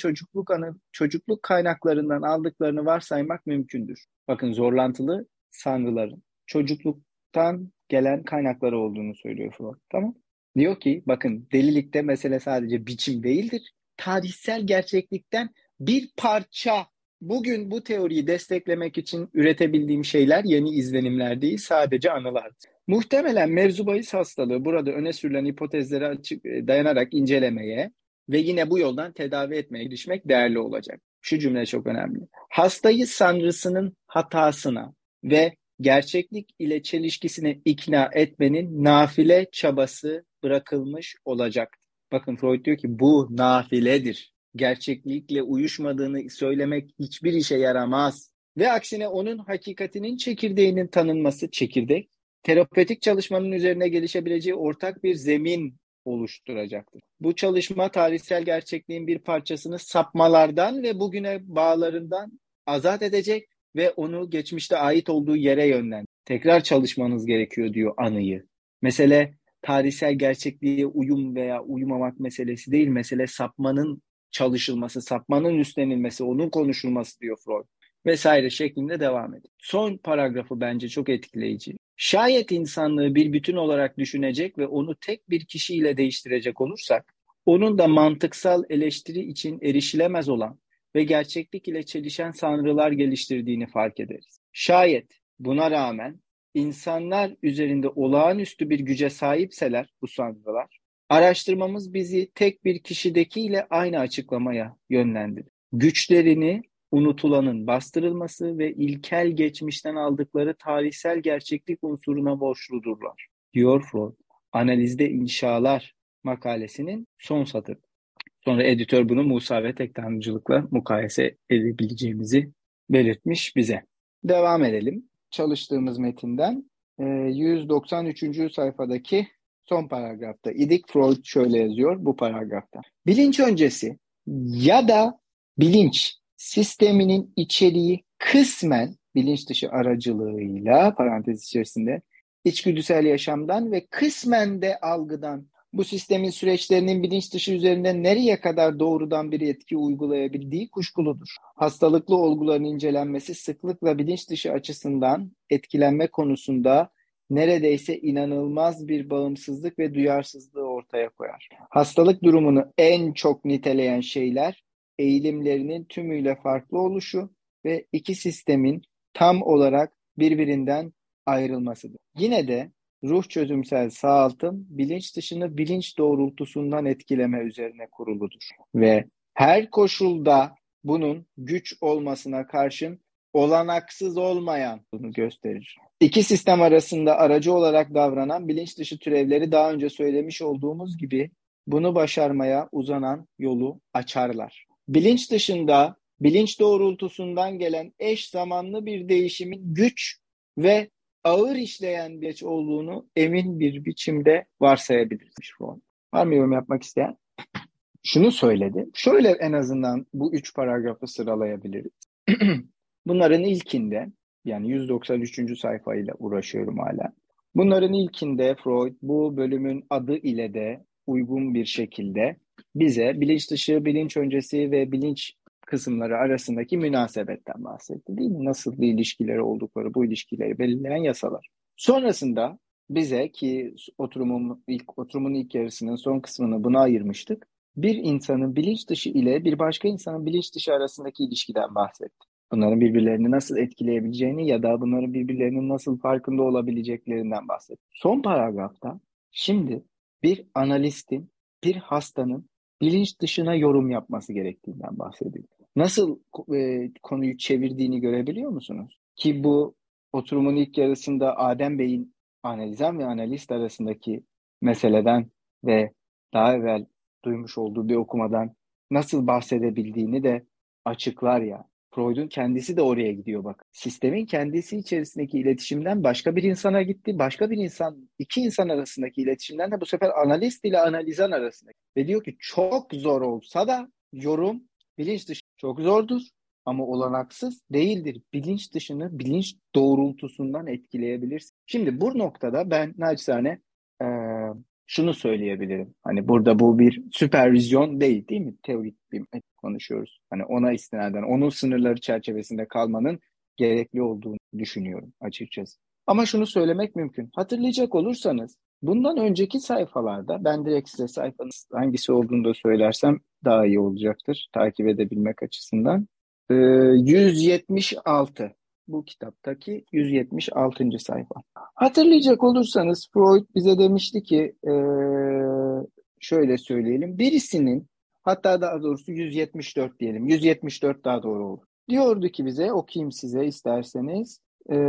çocukluk kaynaklarından aldıklarını varsaymak mümkündür. Bakın zorlantılı sanrıların çocukluktan gelen kaynakları olduğunu söylüyor Freud. Tamam. Diyor ki bakın delilikte mesele sadece biçim değildir. Tarihsel gerçeklikten bir parça. Bugün bu teoriyi desteklemek için üretebildiğim şeyler yeni izlenimler değil, sadece anılar. Muhtemelen mevzu bahis hastalığı burada öne sürülen hipotezlere dayanarak incelemeye ve yine bu yoldan tedavi etmeye girişmek değerli olacak. Şu cümle çok önemli. Hastayı sanrısının hatasına ve gerçeklik ile çelişkisine ikna etmenin nafile çabası bırakılmış olacak. Bakın Freud diyor ki bu nafiledir. Gerçeklikle uyuşmadığını söylemek hiçbir işe yaramaz. Ve aksine onun hakikatinin çekirdeğinin tanınması, çekirdek, terapötik çalışmanın üzerine gelişebileceği ortak bir zemin oluşturacaktır. Bu çalışma tarihsel gerçekliğin bir parçasını sapmalardan ve bugüne bağlarından azat edecek ve onu geçmişte ait olduğu yere yönlendirecek. Tekrar çalışmanız gerekiyor diyor anıyı. Mesele tarihsel gerçekliğe uyum veya uyumamak meselesi değil, mesele sapmanın çalışılması, sapmanın üstlenilmesi, onun konuşulması diyor Freud. Vesaire şeklinde devam ediyor. Son paragrafı bence çok etkileyici. Şayet insanlığı bir bütün olarak düşünecek ve onu tek bir kişiyle değiştirecek olursak, onun da mantıksal eleştiri için erişilemez olan ve gerçeklik ile çelişen sanrılar geliştirdiğini fark ederiz. Şayet buna rağmen insanlar üzerinde olağanüstü bir güce sahipseler bu sanrılar, araştırmamız bizi tek bir kişidekiyle aynı açıklamaya yönlendirir. Güçlerini unutulanın bastırılması ve ilkel geçmişten aldıkları tarihsel gerçeklik unsuruna borçludurlar, diyor Freud. Analizde inşalar makalesinin son satırı. Sonra editör bunu Musa ve tek tanrıcılıkla mukayese edebileceğimizi belirtmiş bize. Devam edelim. Çalıştığımız metinden 193. sayfadaki son paragrafta idik. Freud şöyle yazıyor bu paragrafta. Bilinç öncesi ya da bilinç sisteminin içeriği kısmen bilinç dışı aracılığıyla parantez içerisinde içgüdüsel yaşamdan ve kısmen de algıdan bu sistemin süreçlerinin bilinç dışı üzerinde nereye kadar doğrudan bir etki uygulayabildiği kuşkuludur. Hastalıklı olguların incelenmesi sıklıkla bilinç dışı açısından etkilenme konusunda neredeyse inanılmaz bir bağımsızlık ve duyarsızlığı ortaya koyar. Hastalık durumunu en çok niteleyen şeyler eğilimlerinin tümüyle farklı oluşu ve iki sistemin tam olarak birbirinden ayrılmasıdır. Yine de ruh çözümsel sağaltım bilinç dışını bilinç doğrultusundan etkileme üzerine kuruludur ve her koşulda bunun güç olmasına karşın olanaksız olmayan bunu gösterir. İki sistem arasında aracı olarak davranan bilinç dışı türevleri daha önce söylemiş olduğumuz gibi bunu başarmaya uzanan yolu açarlar. Bilinç dışında bilinç doğrultusundan gelen eş zamanlı bir değişimin güç ve ağır işleyen bir olduğunu emin bir biçimde varsayabiliriz. Var mı yorum yapmak isteyen? Şunu söyledi. Şöyle en azından bu 3 paragrafı sıralayabiliriz. Bunların ilkinde yani 193. sayfayla uğraşıyorum hala. Bunların ilkinde Freud bu bölümün adı ile de uygun bir şekilde bize bilinç dışı, bilinç öncesi ve bilinç kısımları arasındaki münasebetten bahsetti değil mi? Nasıl bir ilişkileri oldukları, bu ilişkileri belirleyen yasalar. Sonrasında bize ki oturumun ilk yarısının son kısmını buna ayırmıştık. Bir insanın bilinç dışı ile bir başka insanın bilinç dışı arasındaki ilişkiden bahsetti. Bunların birbirlerini nasıl etkileyebileceğini ya da bunların birbirlerinin nasıl farkında olabileceklerinden bahsetti. Son paragrafta şimdi bir analistin, bir hastanın bilinç dışına yorum yapması gerektiğinden bahsediyor. Nasıl konuyu çevirdiğini görebiliyor musunuz? Ki bu oturumun ilk yarısında Adem Bey'in analizan ve analist arasındaki meseleden ve daha evvel duymuş olduğu bir okumadan nasıl bahsedebildiğini de açıklar ya. Freud'un kendisi de oraya gidiyor bak. Sistemin kendisi içerisindeki iletişimden başka bir insana gitti. Başka bir insan, iki insan arasındaki iletişimden de bu sefer analist ile analizan arasında. Ve diyor ki çok zor olsa da yorum bilinç dışı çok zordur ama olanaksız değildir. Bilinç dışını bilinç doğrultusundan etkileyebilirsin. Şimdi bu noktada ben naçizane şunu söyleyebilirim. Hani burada bu bir süpervizyon değil mi? Teorik bir konuşuyoruz. Hani ona istinaden, onun sınırları çerçevesinde kalmanın gerekli olduğunu düşünüyorum açıkçası. Ama şunu söylemek mümkün. Hatırlayacak olursanız bundan önceki sayfalarda ben direkt size sayfanın hangisi olduğunu da söylersem daha iyi olacaktır takip edebilmek açısından. 176 bu kitaptaki 176. sayfa. Hatırlayacak olursanız Freud bize demişti ki şöyle söyleyelim. Birisinin hatta daha doğrusu 174 diyelim. 174 daha doğru olur. Diyordu ki bize okuyayım size isterseniz.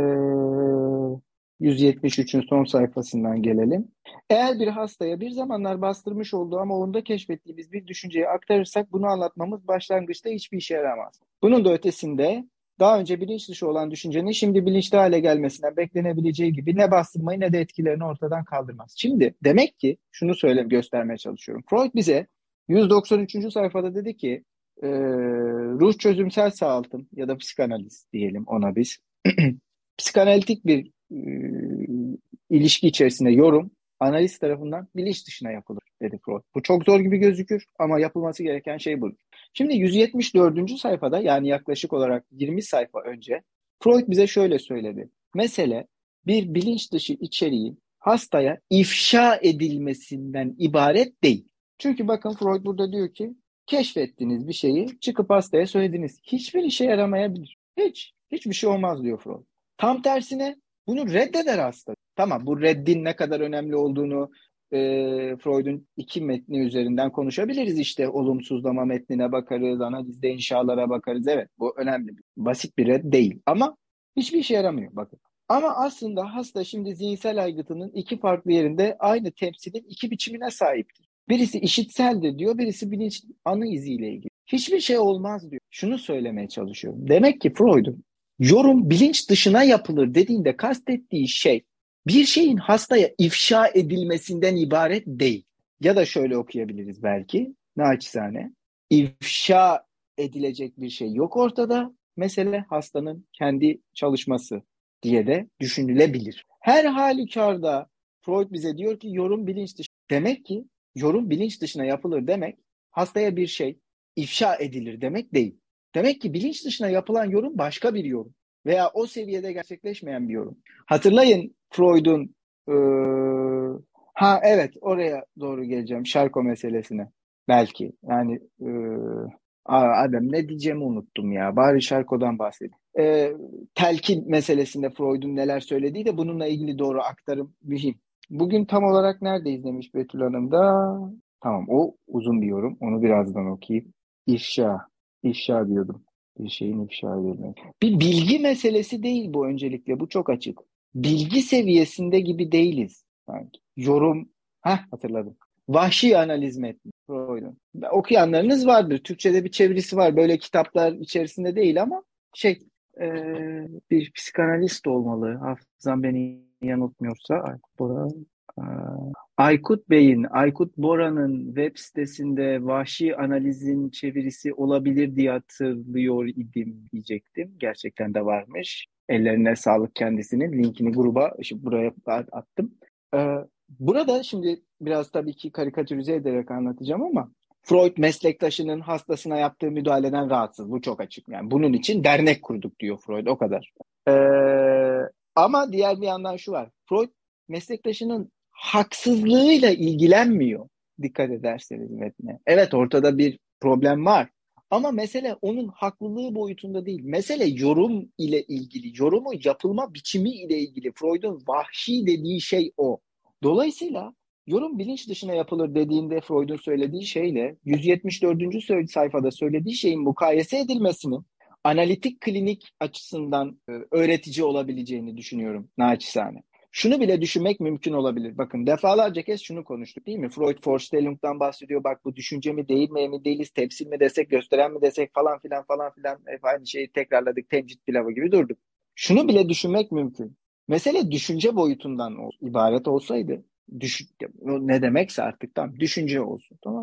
173'ün son sayfasından gelelim. Eğer bir hastaya bir zamanlar bastırmış olduğu ama onda keşfettiğimiz bir düşünceyi aktarırsak bunu anlatmamız başlangıçta hiçbir işe yaramaz. Bunun da ötesinde daha önce bilinç dışı olan düşüncenin şimdi bilinçli hale gelmesinden beklenebileceği gibi ne bastırmayı ne de etkilerini ortadan kaldırmaz. Şimdi demek ki şunu göstermeye çalışıyorum. Freud bize 193. sayfada dedi ki ruh çözümsel sağaltım ya da psikanaliz diyelim ona biz. Psikanalitik bir ilişki içerisinde yorum analiz tarafından bilinç dışına yapılır dedi Freud. Bu çok zor gibi gözükür ama yapılması gereken şey bu. Şimdi 174. sayfada yani yaklaşık olarak 20 sayfa önce Freud bize şöyle söyledi. Mesele bir bilinç dışı içeriğin hastaya ifşa edilmesinden ibaret değil. Çünkü bakın Freud burada diyor ki keşfettiğiniz bir şeyi çıkıp hastaya söylediniz. Hiçbir işe yaramayabilir. Hiçbir şey olmaz diyor Freud. Tam tersine bunu reddeder hasta. Tamam bu reddin ne kadar önemli olduğunu Freud'un 2 metni üzerinden konuşabiliriz. İşte olumsuzlama metnine bakarız, analizde inşalara bakarız. Evet bu önemli. Basit bir red değil ama hiçbir işe yaramıyor bakın. Ama aslında hasta şimdi zihinsel aygıtının 2 farklı yerinde aynı temsilin 2 biçimine sahiptir. Birisi işitseldir diyor, birisi bilinç anı iziyle ilgili. Hiçbir şey olmaz diyor. Şunu söylemeye çalışıyorum. Demek ki Freud'un yorum bilinç dışına yapılır dediğinde kastettiği şey bir şeyin hastaya ifşa edilmesinden ibaret değil. Ya da şöyle okuyabiliriz belki, naçizane. İfşa edilecek bir şey yok ortada. Mesele hastanın kendi çalışması diye de düşünülebilir. Her halükarda Freud bize diyor ki yorum bilinç dışı. Demek ki yorum bilinç dışına yapılır demek hastaya bir şey ifşa edilir demek değil. Demek ki bilinç dışına yapılan yorum başka bir yorum veya o seviyede gerçekleşmeyen bir yorum. Hatırlayın Freud'un evet oraya doğru geleceğim, Charcot meselesine belki. Yani Adem ne diyeceğimi unuttum ya. Bari Charcot'dan bahsedeyim. Telkin meselesinde Freud'un neler söylediği de bununla ilgili doğru aktarım mühim. Bugün tam olarak neredeyiz demiş Betül Hanım da. Tamam, o uzun bir yorum. Onu birazdan okuyayım. İfşa diyordum. Bir şeyin ifşa edilmesi. Bir bilgi meselesi değil bu öncelikle. Bu çok açık. Bilgi seviyesinde gibi değiliz sanki. Yorum, hatırladım. Vahşi analiz metni Freud'un. Okuyanlarınız vardır. Türkçe'de bir çevirisi var. Böyle kitaplar içerisinde değil ama bir psikanalist olmalı. Hafızam beni yanıltmıyorsa. Aykut Bora'nın web sitesinde vahşi analizin çevirisi olabilir diye hatırlıyor idim diyecektim. Gerçekten de varmış. Ellerine sağlık kendisinin. Linkini gruba buraya attım. Burada şimdi biraz tabii ki karikatürize ederek anlatacağım ama Freud meslektaşının hastasına yaptığı müdahaleden rahatsız. Bu çok açık. Yani bunun için dernek kurduk diyor Freud, o kadar. Ama diğer bir yandan şu var. Freud meslektaşının haksızlığıyla ilgilenmiyor, dikkat ederseniz metne. Evet, ortada bir problem var. Ama mesele onun haklılığı boyutunda değil. Mesele yorum ile ilgili, yorumun yapılma biçimi ile ilgili. Freud'un vahşi dediği şey o. Dolayısıyla yorum bilinç dışına yapılır dediğinde Freud'un söylediği şeyle 174. sayfada söylediği şeyin mukayese edilmesinin analitik klinik açısından öğretici olabileceğini düşünüyorum naçizane. Şunu bile düşünmek mümkün olabilir. Bakın defalarca kez şunu konuştuk değil mi? Freud Vorstellung'dan bahsediyor. Bak bu düşünce mi değil mi emin değiliz. Temsil mi desek, gösteren mi desek falan filan. Hep aynı şeyi tekrarladık. Temcit pilavı gibi durduk. Şunu bile düşünmek mümkün. Mesele düşünce boyutundan ibaret olsaydı, ne demekse artık tamam, düşünce olsun, tamam.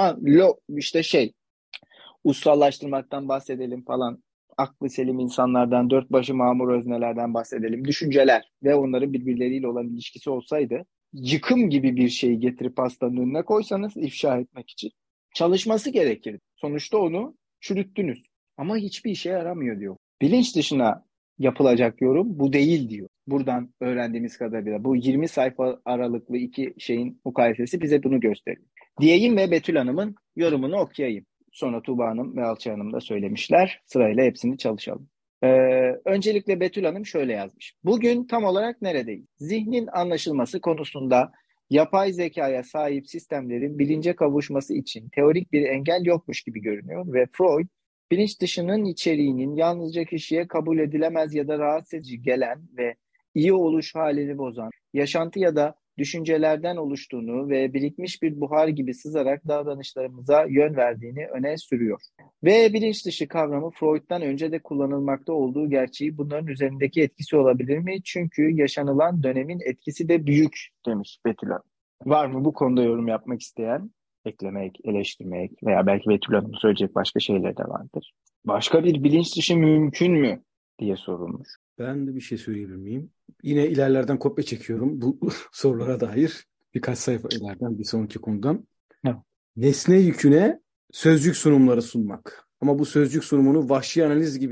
Ussallaştırmaktan bahsedelim falan. Aklı selim insanlardan, dört başı mamur öznelerden bahsedelim. Düşünceler ve onların birbirleriyle olan ilişkisi olsaydı, yıkım gibi bir şeyi getirip hastanın önüne koysanız ifşa etmek için çalışması gerekirdi. Sonuçta onu çürüttünüz. Ama hiçbir işe yaramıyor diyor. Bilinç dışına yapılacak yorum bu değil diyor. Buradan öğrendiğimiz kadarıyla bu 20 sayfa aralıklı iki şeyin mukayesesi bize bunu gösteriyor. Diyeyim ve Betül Hanım'ın yorumunu okuyayım. Sonra Tuğba Hanım ve Alçı Hanım da söylemişler. Sırayla hepsini çalışalım. Öncelikle Betül Hanım şöyle yazmış. Bugün tam olarak neredeyiz? Zihnin anlaşılması konusunda yapay zekaya sahip sistemlerin bilince kavuşması için teorik bir engel yokmuş gibi görünüyor ve Freud, bilinç dışının içeriğinin yalnızca kişiye kabul edilemez ya da rahatsız edici gelen ve iyi oluş halini bozan, yaşantı ya da düşüncelerden oluştuğunu ve birikmiş bir buhar gibi sızarak davranışlarımıza yön verdiğini öne sürüyor. Ve bilinç dışı kavramı Freud'dan önce de kullanılmakta olduğu gerçeği bunların üzerindeki etkisi olabilir mi? Çünkü yaşanılan dönemin etkisi de büyük demiş Betül Hanım. Var mı bu konuda yorum yapmak isteyen? Eklemek, eleştirmek veya belki Betül Hanım söyleyecek başka şeyler de vardır. Başka bir bilinç dışı mümkün mü diye sorulmuş. Ben de bir şey söyleyebilir miyim? Yine ilerlerden kopya çekiyorum bu sorulara dair. Birkaç sayfa ileriden bir sonraki konudan. Evet. Nesne yüküne sözcük sunumları sunmak. Ama bu sözcük sunumunu vahşi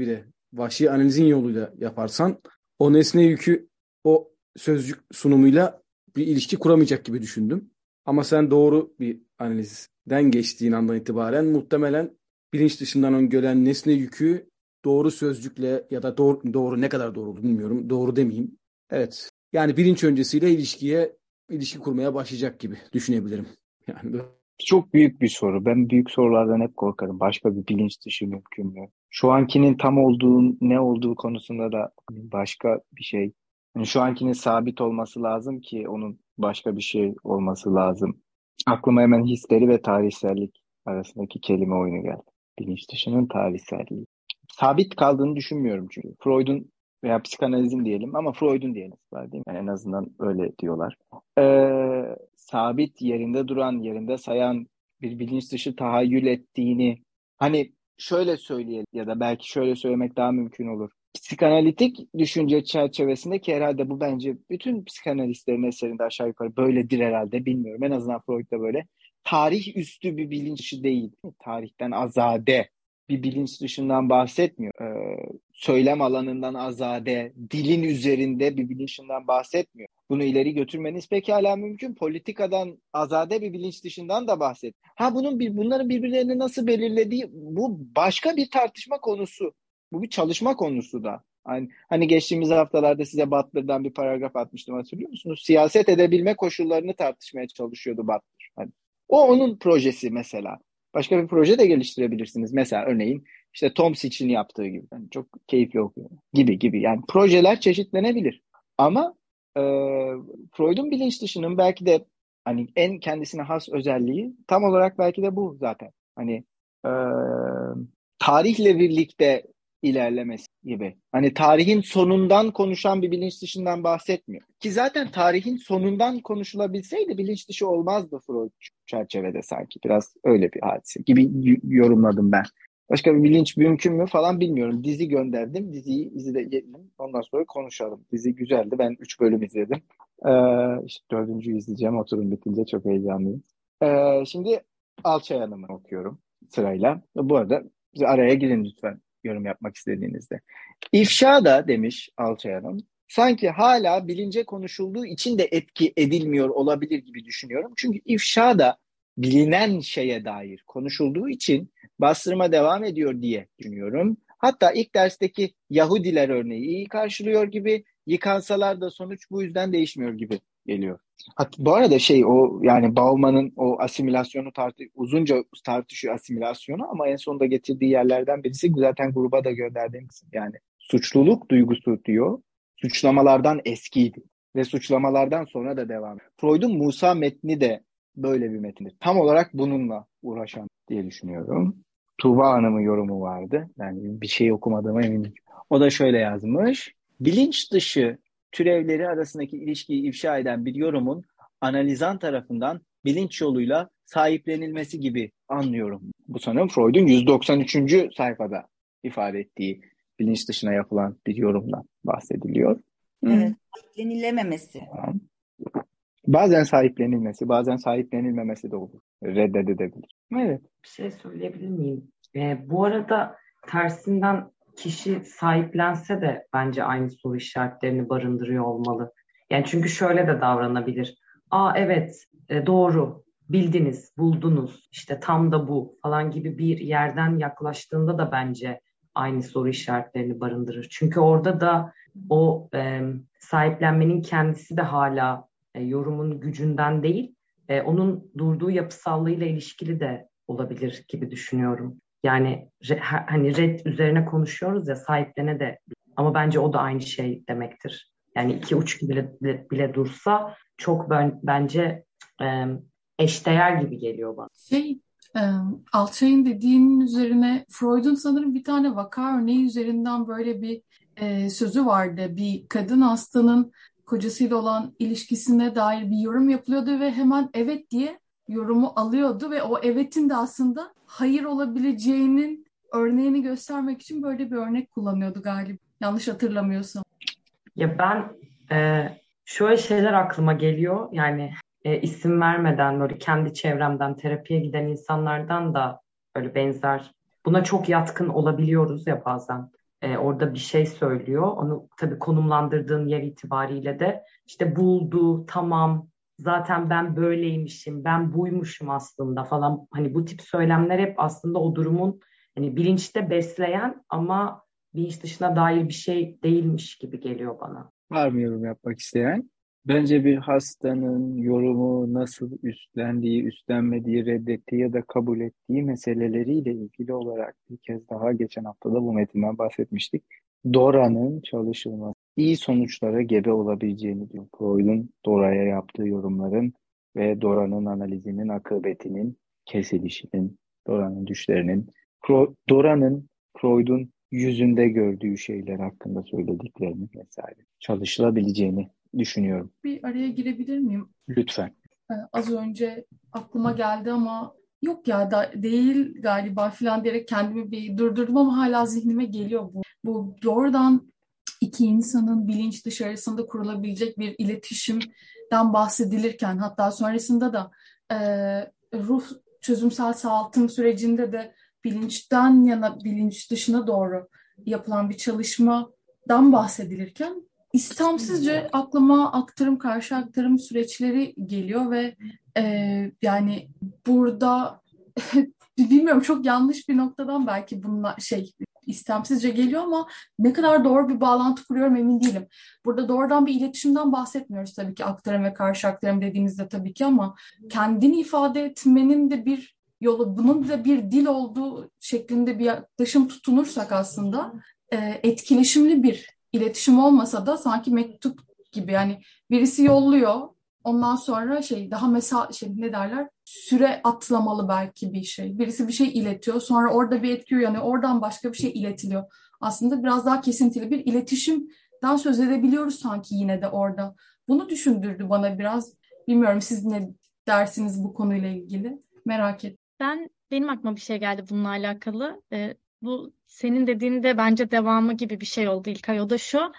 analizin yoluyla yaparsan o nesne yükü o sözcük sunumuyla bir ilişki kuramayacak gibi düşündüm. Ama sen doğru bir analizden geçtiğin andan itibaren muhtemelen bilinç dışından öngören nesne yükü doğru sözcükle ya da doğru ne kadar doğru olduğunu bilmiyorum. Doğru demeyeyim. Evet. Yani bilinç öncesiyle ilişki kurmaya başlayacak gibi düşünebilirim. Yani çok büyük bir soru. Ben büyük sorulardan hep korkarım. Başka bir bilinç dışı mümkün mü? Şu ankinin tam ne olduğu konusunda da başka bir şey. Yani şu ankinin sabit olması lazım ki onun başka bir şey olması lazım. Aklıma hemen hisleri ve tarihsellik arasındaki kelime oyunu geldi. Bilinç dışının tarihselliği. sabit kaldığını düşünmüyorum çünkü. Freud'un veya psikanalizin diyelim ama Freud'un diyelim. Var değil mi? Yani en azından öyle diyorlar. Sabit, yerinde duran, yerinde sayan bir bilinç dışı tahayyül ettiğini hani şöyle söyleyelim ya da belki şöyle söylemek daha mümkün olur. Psikanalitik düşünce çerçevesinde ki herhalde bu bence bütün psikanalistlerin eserinde aşağı yukarı böyledir herhalde bilmiyorum. En azından Freud'da böyle. Tarih üstü bir bilinç dışı değil. Tarihten azade bir bilinç dışından bahsetmiyor. Söylem alanından azade, dilin üzerinde bir bilinçten bahsetmiyor. Bunu ileri götürmeniz pekala mümkün. Politikadan azade bir bilinç dışından da bahset. Bunların birbirlerini nasıl belirlediği bu başka bir tartışma konusu. Bu bir çalışma konusu da. Hani geçtiğimiz haftalarda size Butler'dan bir paragraf atmıştım hatırlıyor musunuz? Siyaset edebilme koşullarını tartışmaya çalışıyordu Butler. O onun projesi mesela. Başka bir proje de geliştirebilirsiniz. Mesela örneğin işte Tomsich'in yaptığı gibi. Yani çok keyifli okuyor. Gibi. Yani projeler çeşitlenebilir. Ama e, Freud'un bilinç dışının belki de hani en kendisine has özelliği tam olarak belki de bu zaten. Hani e, tarihle birlikte ilerlemesi gibi. Hani tarihin sonundan konuşan bir bilinç dışından bahsetmiyor. Ki zaten tarihin sonundan konuşulabilseydi bilinç dışı olmazdı Freud çerçevede sanki. Biraz öyle bir hadise gibi yorumladım ben. Başka bir bilinç mümkün mü falan bilmiyorum. Dizi gönderdim. Diziyi izleyelim. Ondan sonra konuşalım. Dizi güzeldi. Ben 3 bölüm izledim. İşte 4. izleyeceğim. Oturum bitince çok heyecanlıyım. Şimdi Alçay Hanım'ı okuyorum sırayla. Bu arada bize araya girin lütfen yorum yapmak istediğinizde. İfşa da demiş Alçay Hanım. Sanki hala bilince konuşulduğu için de etki edilmiyor olabilir gibi düşünüyorum. Çünkü ifşa da bilinen şeye dair konuşulduğu için bastırma devam ediyor diye düşünüyorum. Hatta ilk dersteki Yahudiler örneği iyi karşılıyor gibi, yıkansalar da sonuç bu yüzden değişmiyor gibi geliyor. Bu arada o yani Bauman'ın o asimilasyonu uzunca tartışıyor asimilasyonu ama en sonunda getirdiği yerlerden birisi zaten gruba da gönderdiğim kısım. Yani suçluluk duygusu diyor. Suçlamalardan eskiydi ve suçlamalardan sonra da devam ediyor. Freud'un Musa metni de böyle bir metindir. Tam olarak bununla uğraşan diye düşünüyorum. Tuğba Hanım'ın yorumu vardı. Yani bir şey okumadığıma eminim. O da şöyle yazmış. Bilinç dışı türevleri arasındaki ilişkiyi ifşa eden bir yorumun analizan tarafından bilinç yoluyla sahiplenilmesi gibi anlıyorum. Bu sanırım Freud'un 193. sayfada ifade ettiği bilinç dışına yapılan bir yorumdan bahsediliyor. Evet, sahiplenilememesi. Tamam. Bazen sahiplenilmesi, bazen sahiplenilmemesi de olur. Reddedebilir. Evet. Bir şey söyleyebilir miyim? Bu arada tersinden kişi sahiplense de bence aynı soru işaretlerini barındırıyor olmalı. Yani çünkü şöyle de davranabilir. Evet, doğru, bildiniz, buldunuz, işte tam da bu falan gibi bir yerden yaklaştığında da bence aynı soru işaretlerini barındırır. Çünkü orada da o sahiplenmenin kendisi de hala yorumun gücünden değil, onun durduğu yapısallığıyla ilişkili de olabilir gibi düşünüyorum. Yani hani red üzerine konuşuyoruz ya sahiplene de ama bence o da aynı şey demektir. Yani iki uç bile dursa çok bence eşdeğer gibi geliyor bana. Alçay'ın dediğinin üzerine Freud'un sanırım bir tane vaka örneği üzerinden böyle bir sözü vardı. Bir kadın hastanın kocasıyla olan ilişkisine dair bir yorum yapılıyordu ve hemen evet diye yorumu alıyordu ve o evetin de aslında hayır olabileceğinin örneğini göstermek için böyle bir örnek kullanıyordu galiba. Yanlış hatırlamıyorsam. Ya ben şöyle şeyler aklıma geliyor. Yani isim vermeden böyle kendi çevremden terapiye giden insanlardan da böyle benzer. Buna çok yatkın olabiliyoruz ya bazen. Orada bir şey söylüyor. Onu tabii konumlandırdığın yer itibariyle de işte buldu, tamam, zaten ben böyleymişim, ben buymuşum aslında falan. Hani bu tip söylemler hep aslında o durumun hani bilinçte besleyen ama bilinç dışına dair bir şey değilmiş gibi geliyor bana. Var mı yorum yapmak isteyen? Bence bir hastanın yorumu nasıl üstlendiği, üstlenmediği, reddettiği ya da kabul ettiği meseleleriyle ilgili olarak bir kez daha geçen haftada bu metinden bahsetmiştik. Dora'nın çalışılması iyi sonuçlara gebe olabileceğini diyor. Freud'un Dora'ya yaptığı yorumların ve Dora'nın analizinin akıbetinin kesilişinin, Dora'nın düşlerinin, Dora'nın Freud'un yüzünde gördüğü şeyler hakkında söylediklerini vesaire çalışılabileceğini düşünüyorum. Bir araya girebilir miyim? Lütfen. Az önce aklıma geldi ama yok ya değil galiba falan diyerek kendimi bir durdurdum ama hala zihnime geliyor bu. Bu doğrudan iki insanın bilinç dışı arasında kurulabilecek bir iletişimden bahsedilirken, hatta sonrasında da ruh çözümsel sağaltım sürecinde de bilinçten yana bilinç dışına doğru yapılan bir çalışmadan bahsedilirken istemsizce aklıma aktarım karşı aktarım süreçleri geliyor ve yani burada bilmiyorum, çok yanlış bir noktadan belki bunlar istemsizce geliyor ama ne kadar doğru bir bağlantı kuruyorum emin değilim. Burada doğrudan bir iletişimden bahsetmiyoruz tabii ki, aktarım ve karşı aktarım dediğimizde tabii ki, ama kendini ifade etmenin de bir yolu, bunun da bir dil olduğu şeklinde bir yaklaşım tutunursak aslında etkileşimli bir iletişim olmasa da sanki mektup gibi, yani birisi yolluyor, ondan sonra daha ne derler, süre atlamalı belki bir şey. Birisi bir şey iletiyor, sonra orada bir etki uyanıyor, oradan başka bir şey iletiliyor. Aslında biraz daha kesintili bir iletişimden söz edebiliyoruz sanki yine de orada. Bunu düşündürdü bana biraz. Bilmiyorum siz ne dersiniz bu konuyla ilgili? Merak ettim. Benim aklıma bir şey geldi bununla alakalı. Bu senin dediğinde bence devamı gibi bir şey oldu İlkay. O da şu.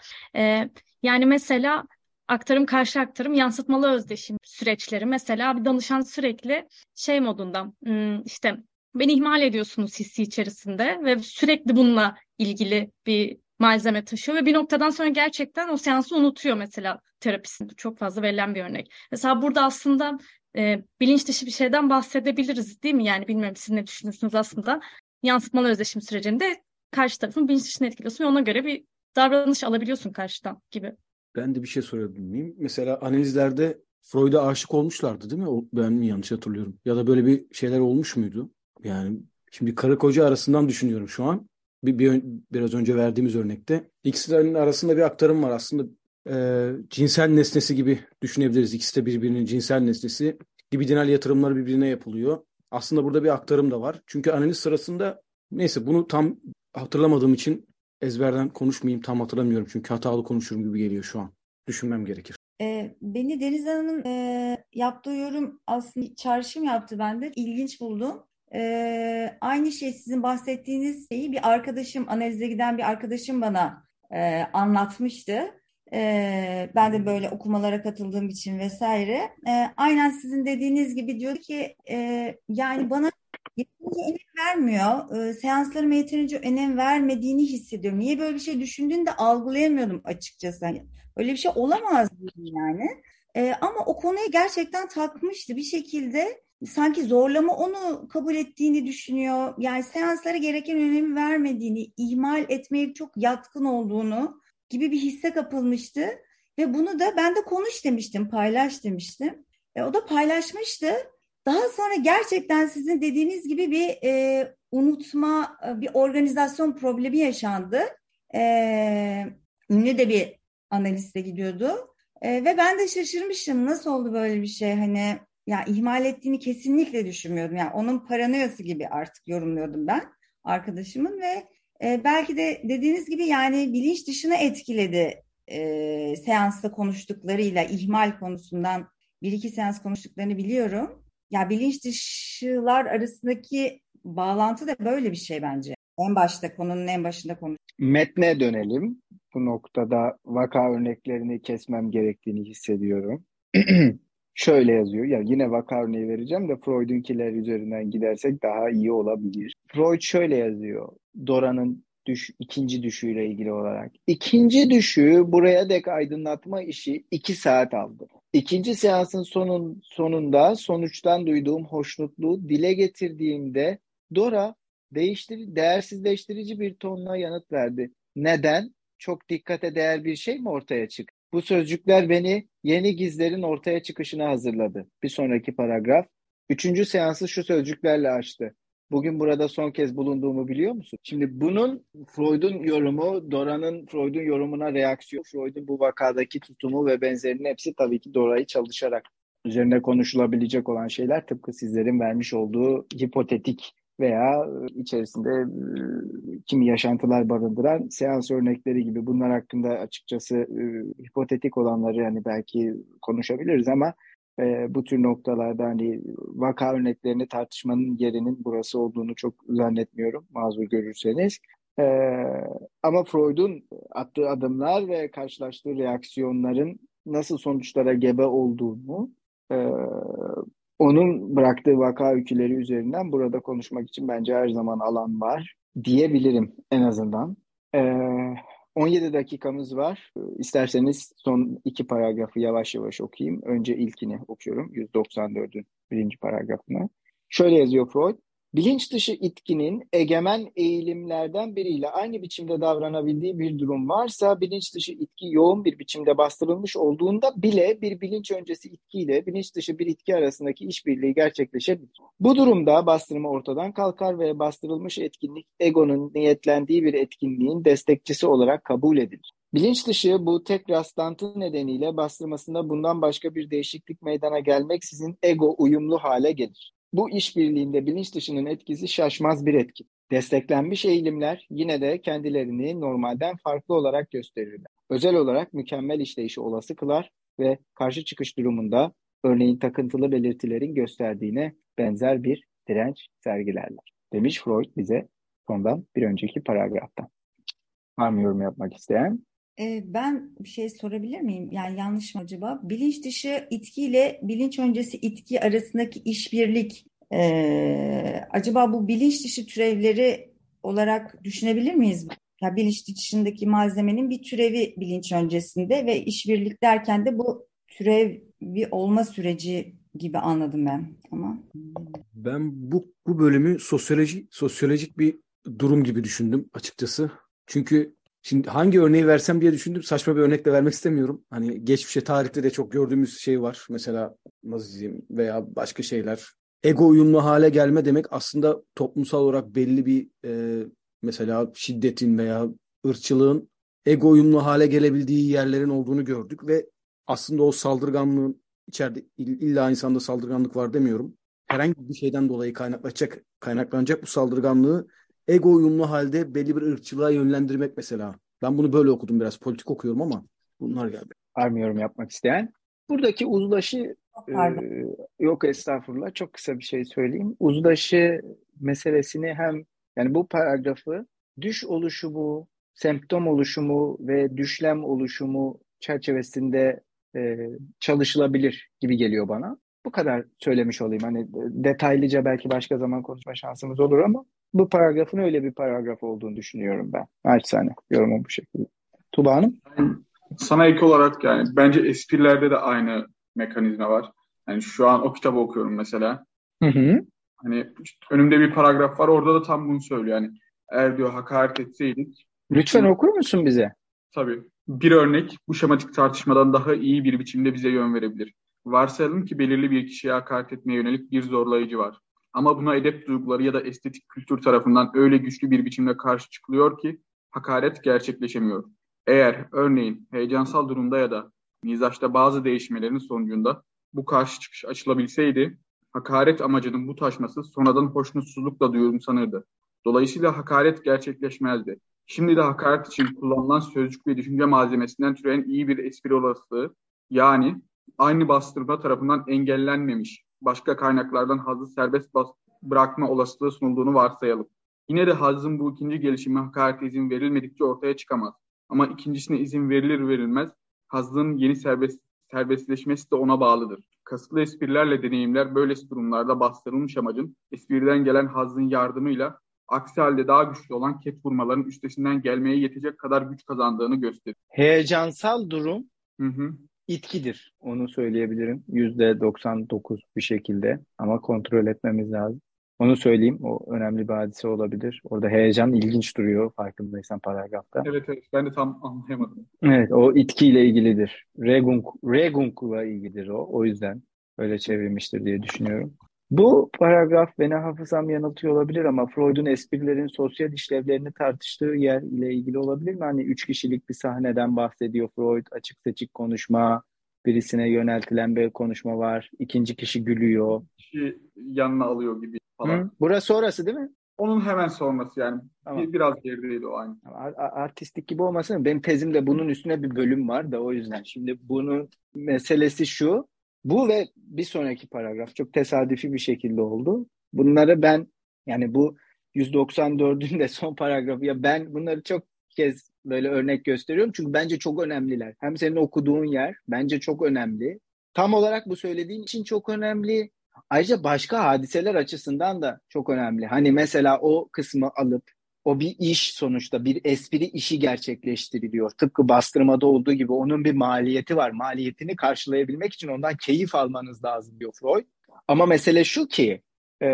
Yani mesela aktarım karşı aktarım, yansıtmalı özdeşim süreçleri. Mesela bir danışan sürekli modunda, işte beni ihmal ediyorsunuz hissi içerisinde ve sürekli bununla ilgili bir malzeme taşıyor ve bir noktadan sonra gerçekten o seansı unutuyor mesela terapisinde. Çok fazla verilen bir örnek. Mesela burada aslında bilinç dışı bir şeyden bahsedebiliriz değil mi? Yani bilmiyorum siz ne düşünürsünüz aslında. Yansıtmalı özdeşim sürecinde karşı tarafın bilinç dışını etkiliyorsun ve ona göre bir davranış alabiliyorsun karşıdan gibi. Ben de bir şey sorabilir miyim? Mesela analizlerde Freud'a aşık olmuşlardı değil mi? Ben mi yanlış hatırlıyorum? Ya da böyle bir şeyler olmuş muydu? Yani şimdi karı koca arasından düşünüyorum şu an. Biraz önce verdiğimiz örnekte. İkisinin arasında bir aktarım var. Aslında cinsel nesnesi gibi düşünebiliriz. İkisi de birbirinin cinsel nesnesi. Libidinal yatırımlar birbirine yapılıyor. Aslında burada bir aktarım da var. Çünkü analiz sırasında, neyse bunu tam hatırlamadığım için ezberden konuşmayayım, tam hatırlamıyorum. Çünkü hatalı konuşurum gibi geliyor şu an. Düşünmem gerekir. Beni Deniz Hanım'ın yaptığı yorum aslında çağrışım yaptı bende. İlginç buldum. Aynı şey, sizin bahsettiğiniz şeyi bir arkadaşım, analize giden bir arkadaşım bana anlatmıştı. Ben de böyle okumalara katıldığım için vesaire. Aynen sizin dediğiniz gibi diyor ki yani bana yeterince önem vermiyor. Seanslarıma yeterince önem vermediğini hissediyorum. Niye böyle bir şey düşündüğünü de algılayamıyordum açıkçası. Yani öyle bir şey olamaz dedim yani. Ama o konuya gerçekten takmıştı bir şekilde. Sanki zorlama onu kabul ettiğini düşünüyor. Yani seanslara gereken önemi vermediğini, ihmal etmeye çok yatkın olduğunu gibi bir hisse kapılmıştı. Ve bunu da ben de konuş demiştim, paylaş demiştim. O da paylaşmıştı. Daha sonra gerçekten sizin dediğiniz gibi bir unutma, bir organizasyon problemi yaşandı. Ünlü de bir analiste gidiyordu. Ve ben de şaşırmıştım. Nasıl oldu böyle bir şey? Hani ya ihmal ettiğini kesinlikle düşünmüyordum. Yani onun paranoyası gibi artık yorumluyordum ben arkadaşımın ve belki de dediğiniz gibi yani bilinç dışına etkiledi seansta konuştuklarıyla, ihmal konusundan bir iki seans konuştuklarını biliyorum. Ya bilinç dışılar arasındaki bağlantı da böyle bir şey bence. En başta, konunun en başında konuş. Metne dönelim. Bu noktada vaka örneklerini kesmem gerektiğini hissediyorum. Şöyle yazıyor. Ya yine vaka örneği vereceğim de Freud'unkiler üzerinden gidersek daha iyi olabilir. Freud şöyle yazıyor. Dora'nın ikinci düşüğüyle ilgili olarak. İkinci düşüğü buraya dek aydınlatma işi 2 saat aldı. İkinci seansın sonunda sonuçtan duyduğum hoşnutluğu dile getirdiğimde Dora değersizleştirici bir tonla yanıt verdi. Neden? Çok dikkate değer bir şey mi ortaya çıktı? Bu sözcükler beni yeni gizlerin ortaya çıkışına hazırladı. Bir sonraki paragraf. 3. seansı şu sözcüklerle açtı. Bugün burada son kez bulunduğumu biliyor musun? Şimdi bunun Freud'un yorumu, Dora'nın Freud'un yorumuna reaksiyon, Freud'un bu vakadaki tutumu ve benzerinin hepsi tabii ki Dora'yı çalışarak üzerine konuşulabilecek olan şeyler, tıpkı sizlerin vermiş olduğu hipotetik veya içerisinde kimi yaşantılar barındıran seans örnekleri gibi bunlar hakkında açıkçası hipotetik olanları yani belki konuşabiliriz ama bu tür noktalarda hani vaka örneklerini tartışmanın yerinin burası olduğunu çok zannetmiyorum mazur görürseniz. Ama Freud'un attığı adımlar ve karşılaştığı reaksiyonların nasıl sonuçlara gebe olduğunu onun bıraktığı vaka öyküleri üzerinden burada konuşmak için bence her zaman alan var diyebilirim en azından. 17 dakikamız var. İsterseniz son iki paragrafı yavaş yavaş okuyayım. Önce ilkini okuyorum. 194'ün birinci paragrafını. Şöyle yazıyor Freud. Bilinç dışı itkinin egemen eğilimlerden biriyle aynı biçimde davranabildiği bir durum varsa bilinç dışı itki yoğun bir biçimde bastırılmış olduğunda bile bir bilinç öncesi itkiyle bilinç dışı bir itki arasındaki işbirliği gerçekleşebilir. Bu durumda bastırma ortadan kalkar ve bastırılmış etkinlik egonun niyetlendiği bir etkinliğin destekçisi olarak kabul edilir. Bilinç dışı bu tek rastlantı nedeniyle bastırmasında bundan başka bir değişiklik meydana gelmeksizin ego uyumlu hale gelir. Bu işbirliğinde bilinç dışının etkisi şaşmaz bir etki. Desteklenmiş eğilimler yine de kendilerini normalden farklı olarak gösterirler. Özel olarak mükemmel işleyişi olası kılar ve karşı çıkış durumunda örneğin takıntılı belirtilerin gösterdiğine benzer bir direnç sergilerler. Demiş Freud bize sondan bir önceki paragraftan. Var mı yorum yapmak isteyen? Ben bir şey sorabilir miyim? Yani yanlış mı acaba? Bilinç dışı itki ile bilinç öncesi itki arasındaki işbirlik acaba bu bilinç dışı türevleri olarak düşünebilir miyiz? Ya bilinç dışındaki malzemenin bir türevi bilinç öncesinde ve işbirlik derken de bu türevi olma süreci gibi anladım ben. Ama Ben bu bölümü sosyolojik bir durum gibi düşündüm açıkçası. Çünkü şimdi hangi örneği versem diye düşündüm. Saçma bir örnek de vermek istemiyorum. Hani geçmişe, tarihte de çok gördüğümüz şey var. Mesela Nazizm veya başka şeyler. Ego uyumlu hale gelme demek aslında toplumsal olarak belli bir mesela şiddetin veya ırkçılığın ego uyumlu hale gelebildiği yerlerin olduğunu gördük ve aslında o saldırganlığın içeride illa insanda saldırganlık var demiyorum. Herhangi bir şeyden dolayı kaynaklanacak bu saldırganlığı ego uyumlu halde belli bir ırkçılığa yönlendirmek mesela. Ben bunu böyle okudum, biraz politik okuyorum ama bunlar geldi. Var mı yorum yapmak isteyen? Buradaki uzlaşı yok estağfurullah çok kısa bir şey söyleyeyim. Uzlaşı meselesini hem yani bu paragrafı düş oluşumu, semptom oluşumu ve düşlem oluşumu çerçevesinde çalışılabilir gibi geliyor bana. Bu kadar söylemiş olayım. Hani detaylıca belki başka zaman konuşma şansımız olur ama bu paragrafın öyle bir paragraf olduğunu düşünüyorum ben. Naçizane yorumum bu şekilde. Tuba Hanım? Sana ek olarak yani bence esprilerde de aynı mekanizma var. Yani şu an o kitabı okuyorum mesela. Hı. Hani önümde bir paragraf var orada da tam bunu söylüyor. Yani eğer diyor hakaret etseydik. Lütfen okur musun bize? Tabii. Bir örnek bu şematik tartışmadan daha iyi bir biçimde bize yön verebilir. Varsayalım ki belirli bir kişiye hakaret etmeye yönelik bir zorlayıcı var. Ama buna edep duyguları ya da estetik kültür tarafından öyle güçlü bir biçimde karşı çıkılıyor ki hakaret gerçekleşemiyor. Eğer örneğin heyecansal durumda ya da mizaçta bazı değişmelerin sonucunda bu karşı çıkış açılabilseydi, hakaret amacının bu taşması sonradan hoşnutsuzlukla duyumsanırdı. Dolayısıyla hakaret gerçekleşmezdi. Şimdi de hakaret için kullanılan sözcük ve düşünce malzemesinden türeyen iyi bir espri olasılığı, yani aynı bastırma tarafından engellenmemiş, başka kaynaklardan hazzı serbest bırakma olasılığı sunulduğunu varsayalım. Yine de hazzın bu ikinci gelişimi hakarete izin verilmedikçe ortaya çıkamaz. Ama ikincisine izin verilir verilmez, hazzın yeni serbestleşmesi de ona bağlıdır. Kasıtlı esprilerle deneyimler böylesi durumlarda bastırılmış amacın espriden gelen hazzın yardımıyla aksi halde daha güçlü olan ket vurmaların üstesinden gelmeye yetecek kadar güç kazandığını gösterir. Heyecansal durum Hı. itkidir. Onu söyleyebilirim. %99 bir şekilde ama kontrol etmemiz lazım. Onu söyleyeyim. O önemli bir hadise olabilir. Orada heyecan ilginç duruyor farkındaysan paragrafta. Evet, ben de tam anlayamadım. Evet, o itkiyle ilgilidir. Regung'la ilgilidir o. O yüzden öyle çevrilmiştir diye düşünüyorum. Bu paragraf beni hafızam yanıltıyor olabilir ama Freud'un esprilerin sosyal işlevlerini tartıştığı yer ile ilgili olabilir mi? Hani 3 kişilik bir sahneden bahsediyor Freud, açık seçik konuşma, Birisine yöneltilen bir konuşma var. İkinci kişi gülüyor. Kişi yanına alıyor gibi falan. Burası orası değil mi? Onun hemen sonrası yani. Tamam. Biraz gerideydi o aynı. Artistik gibi olmasın. Benim tezimde bunun üstüne bir bölüm var da o yüzden. Şimdi bunun meselesi şu. Bu ve bir sonraki paragraf çok tesadüfi bir şekilde oldu. Bunları ben yani bu 194'ün de son paragrafı ya ben bunları çok kez böyle örnek gösteriyorum. Çünkü bence çok önemliler. Hem senin okuduğun yer bence çok önemli. Tam olarak bu söylediğin için çok önemli. Ayrıca başka hadiseler açısından da çok önemli. Hani mesela o kısmı alıp o bir iş sonuçta bir espri işi gerçekleştiriliyor. Tıpkı bastırmada olduğu gibi onun bir maliyeti var. Maliyetini karşılayabilmek için ondan keyif almanız lazım diyor Freud. Ama mesele şu ki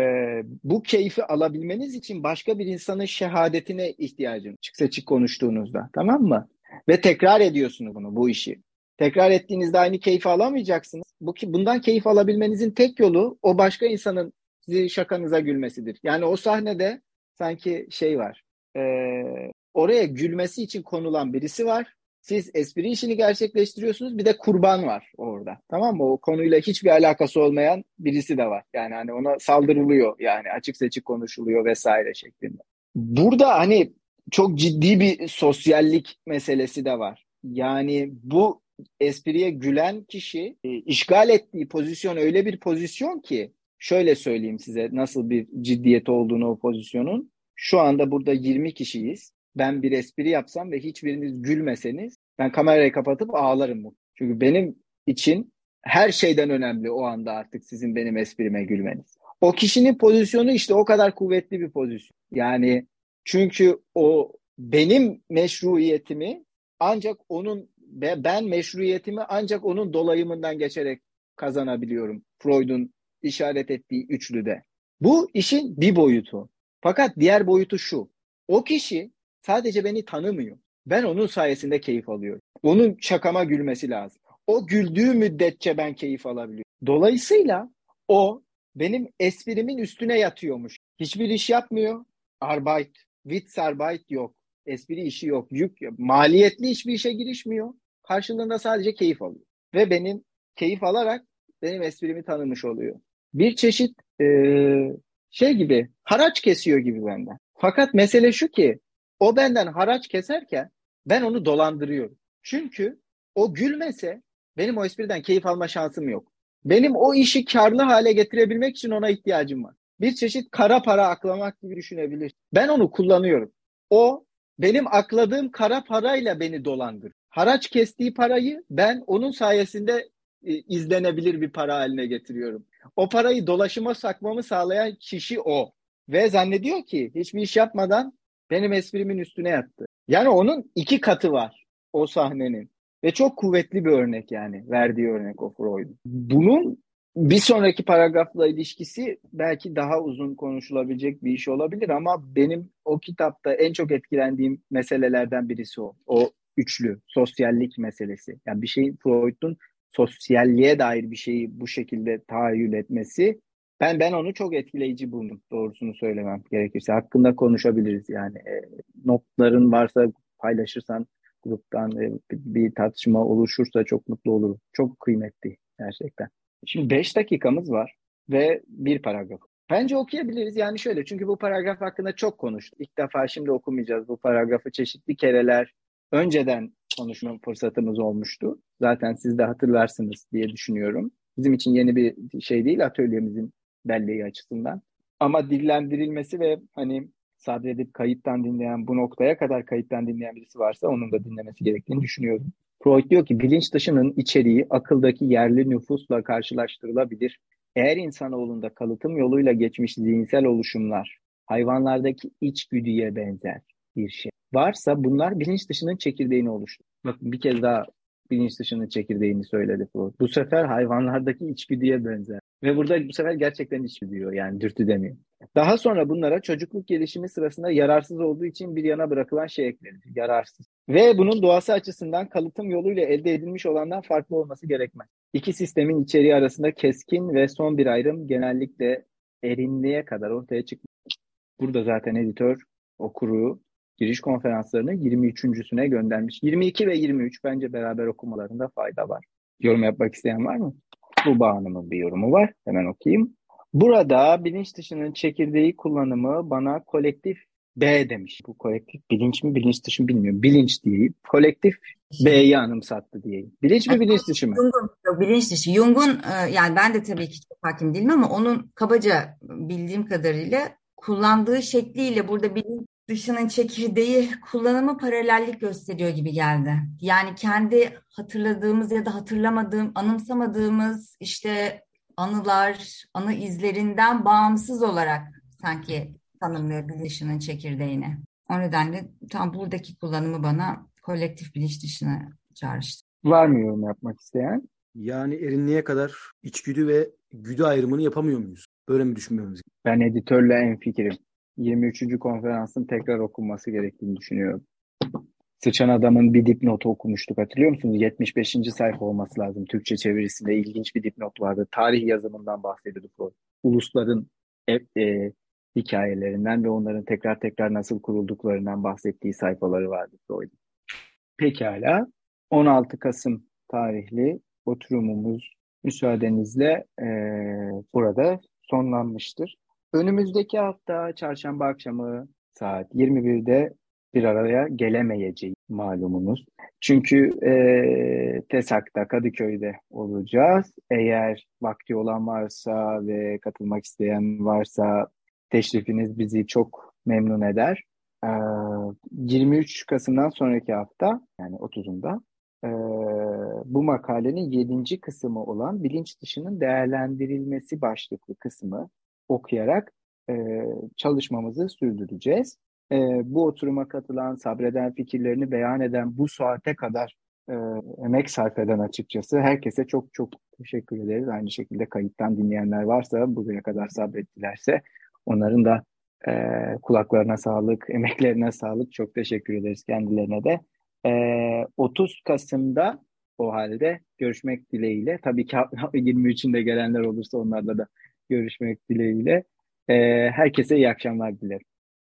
bu keyfi alabilmeniz için başka bir insanın şehadetine ihtiyacım. Açık seçik konuştuğunuzda, tamam mı? Ve tekrar ediyorsunuz bu işi. Tekrar ettiğinizde aynı keyfi alamayacaksınız. Bundan keyif alabilmenizin tek yolu o başka insanın sizi şakanıza gülmesidir. Yani o sahnede sanki şey var. Oraya gülmesi için konulan birisi var. Siz espri işini gerçekleştiriyorsunuz. Bir de kurban var orada. Tamam mı? O konuyla hiçbir alakası olmayan birisi de var. Yani hani ona saldırılıyor. Yani açık seçik konuşuluyor vesaire şeklinde. Burada hani çok ciddi bir sosyallik meselesi de var. Yani bu espriye gülen kişi işgal ettiği pozisyon öyle bir pozisyon ki şöyle söyleyeyim size nasıl bir ciddiyeti olduğunu o pozisyonun. Şu anda burada 20 kişiyiz. Ben bir espri yapsam ve hiçbiriniz gülmeseniz ben kamerayı kapatıp ağlarım bu. Çünkü benim için her şeyden önemli o anda artık sizin benim esprime gülmeniz. O kişinin pozisyonu işte o kadar kuvvetli bir pozisyon. Yani çünkü o benim meşruiyetimi ancak ben meşruiyetimi ancak onun dolayımından geçerek kazanabiliyorum. Freud'un işaret ettiği üçlüde. Bu işin bir boyutu. Fakat diğer boyutu şu. O kişi sadece beni tanımıyor. Ben onun sayesinde keyif alıyorum. Onun şakama gülmesi lazım. O güldüğü müddetçe ben keyif alabiliyorum. Dolayısıyla o benim esprimin üstüne yatıyormuş. Hiçbir iş yapmıyor. Arbeit, Witzarbeit yok. Espri işi yok. Maliyetli hiçbir işe girişmiyor. Karşılığında sadece keyif alıyor. Ve benim keyif alarak benim esprimi tanımış oluyor. Bir çeşit şey gibi, haraç kesiyor gibi benden. Fakat mesele şu ki, o benden haraç keserken ben onu dolandırıyorum. Çünkü o gülmese benim o espriden keyif alma şansım yok. Benim o işi karlı hale getirebilmek için ona ihtiyacım var. Bir çeşit kara para aklamak gibi düşünebilir. Ben onu kullanıyorum. O benim akladığım kara parayla beni dolandırır. Haraç kestiği parayı ben onun sayesinde izlenebilir bir para haline getiriyorum. O parayı dolaşıma sakmamı sağlayan kişi o. Ve zannediyor ki hiçbir iş yapmadan benim esprimin üstüne yattı. Yani onun 2 katı var o sahnenin. Ve çok kuvvetli bir örnek yani verdiği örnek o Freud'un. Bunun bir sonraki paragrafla ilişkisi belki daha uzun konuşulabilecek bir iş olabilir ama benim o kitapta en çok etkilendiğim meselelerden birisi o. O üçlü, sosyallik meselesi. Yani bir şeyin Freud'un sosyalliğe dair bir şeyi bu şekilde tahayyül etmesi ben onu çok etkileyici buldum doğrusunu söylemem gerekirse. Hakkında konuşabiliriz yani. Notların varsa paylaşırsan gruptan bir tartışma oluşursa çok mutlu olurum. Çok kıymetli gerçekten. Şimdi 5 dakikamız var ve bir paragraf. Bence okuyabiliriz yani şöyle çünkü bu paragraf hakkında çok konuştuk. İlk defa şimdi okumayacağız bu paragrafı çeşitli kereler önceden konuşma fırsatımız olmuştu. Zaten siz de hatırlarsınız diye düşünüyorum. Bizim için yeni bir şey değil atölyemizin belleği açısından. Ama dillendirilmesi ve hani sabredip kayıttan dinleyen bu noktaya kadar kayıttan dinleyen birisi varsa onun da dinlemesi gerektiğini düşünüyorum. Freud diyor ki bilinç dışının içeriği akıldaki yerli nüfusla karşılaştırılabilir. Eğer insanoğlunda kalıtım yoluyla geçmiş zihinsel oluşumlar hayvanlardaki içgüdüye benzer bir şey varsa bunlar bilinç dışının çekirdeğini oluşturur. Bakın bir kez daha bilinç dışının çekirdeğini söyledi Freud. Bu sefer hayvanlardaki içgüdüye benzer. Ve burada bu sefer gerçekten içgüdü diyor yani dürtü demiyor. Daha sonra bunlara çocukluk gelişimi sırasında yararsız olduğu için bir yana bırakılan şey eklenir. Yararsız. Ve bunun doğası açısından kalıtım yoluyla elde edilmiş olandan farklı olması gerekmez. İki sistemin içeriği arasında keskin ve son bir ayrım genellikle erinliğe kadar ortaya çıkmış. Burada zaten editör okuru giriş konferanslarını 23.süne göndermiş. 22 ve 23 bence beraber okumalarında fayda var. Yorum yapmak isteyen var mı? Tuğba Hanım'ın bir yorumu var. Hemen okuyayım. Burada bilinç dışının çekirdeği kullanımı bana kolektif B demiş. Bu kolektif bilinç mi bilinç dışı mı bilmiyorum. Bilinç diyeyim. Kolektif B'yi anımsattı diyeyim. Bilinç mi bilinç dışı mı? Jung'un bilinç dışı. Jung'un yani ben de tabii ki çok hakim değilim ama onun kabaca bildiğim kadarıyla kullandığı şekliyle burada bilinç dışının çekirdeği kullanımı paralellik gösteriyor gibi geldi. Yani kendi hatırladığımız ya da anımsamadığımız işte anılar, anı izlerinden bağımsız olarak sanki tanımlıyor bilinç dışının çekirdeğini. O nedenle tam buradaki kullanımı bana kolektif bilinç dışına çağrıştı. Var mı yorum yapmak isteyen? Yani erinliğe kadar içgüdü ve güdü ayrımını yapamıyor muyuz? Böyle mi düşünmemiz gerekiyor? Ben editörle hemfikirim. 23. konferansın tekrar okunması gerektiğini düşünüyorum. Sıçan Adam'ın bir dipnotu okumuştuk, hatırlıyor musunuz? 75. sayfa olması lazım. Türkçe çevirisinde ilginç bir dipnot vardı. Tarih yazımından bahsediyorduk. O ulusların hikayelerinden ve onların tekrar tekrar nasıl kurulduklarından bahsettiği sayfaları vardı Freud'un. Pekala. 16 Kasım tarihli oturumumuz müsaadenizle burada sonlanmıştır. Önümüzdeki hafta çarşamba akşamı saat 21'de bir araya gelemeyeceğiz malumunuz. Çünkü TESAK'ta Kadıköy'de olacağız. Eğer vakti olan varsa ve katılmak isteyen varsa teşrifiniz bizi çok memnun eder. 23 Kasım'dan sonraki hafta yani 30'unda bu makalenin 7. kısmı olan bilinç dışının değerlendirilmesi başlıklı kısmı okuyarak çalışmamızı sürdüreceğiz. Bu oturuma katılan, sabreden, fikirlerini beyan eden, bu saate kadar emek sarf eden açıkçası herkese çok çok teşekkür ederiz. Aynı şekilde kayıttan dinleyenler varsa, buraya kadar sabrettilerse onların da kulaklarına sağlık, emeklerine sağlık. Çok teşekkür ederiz kendilerine de. 30 Kasım'da o halde görüşmek dileğiyle. Tabii ki 23'ünde gelenler olursa onlarla da görüşmek dileğiyle. Herkese iyi akşamlar dilerim.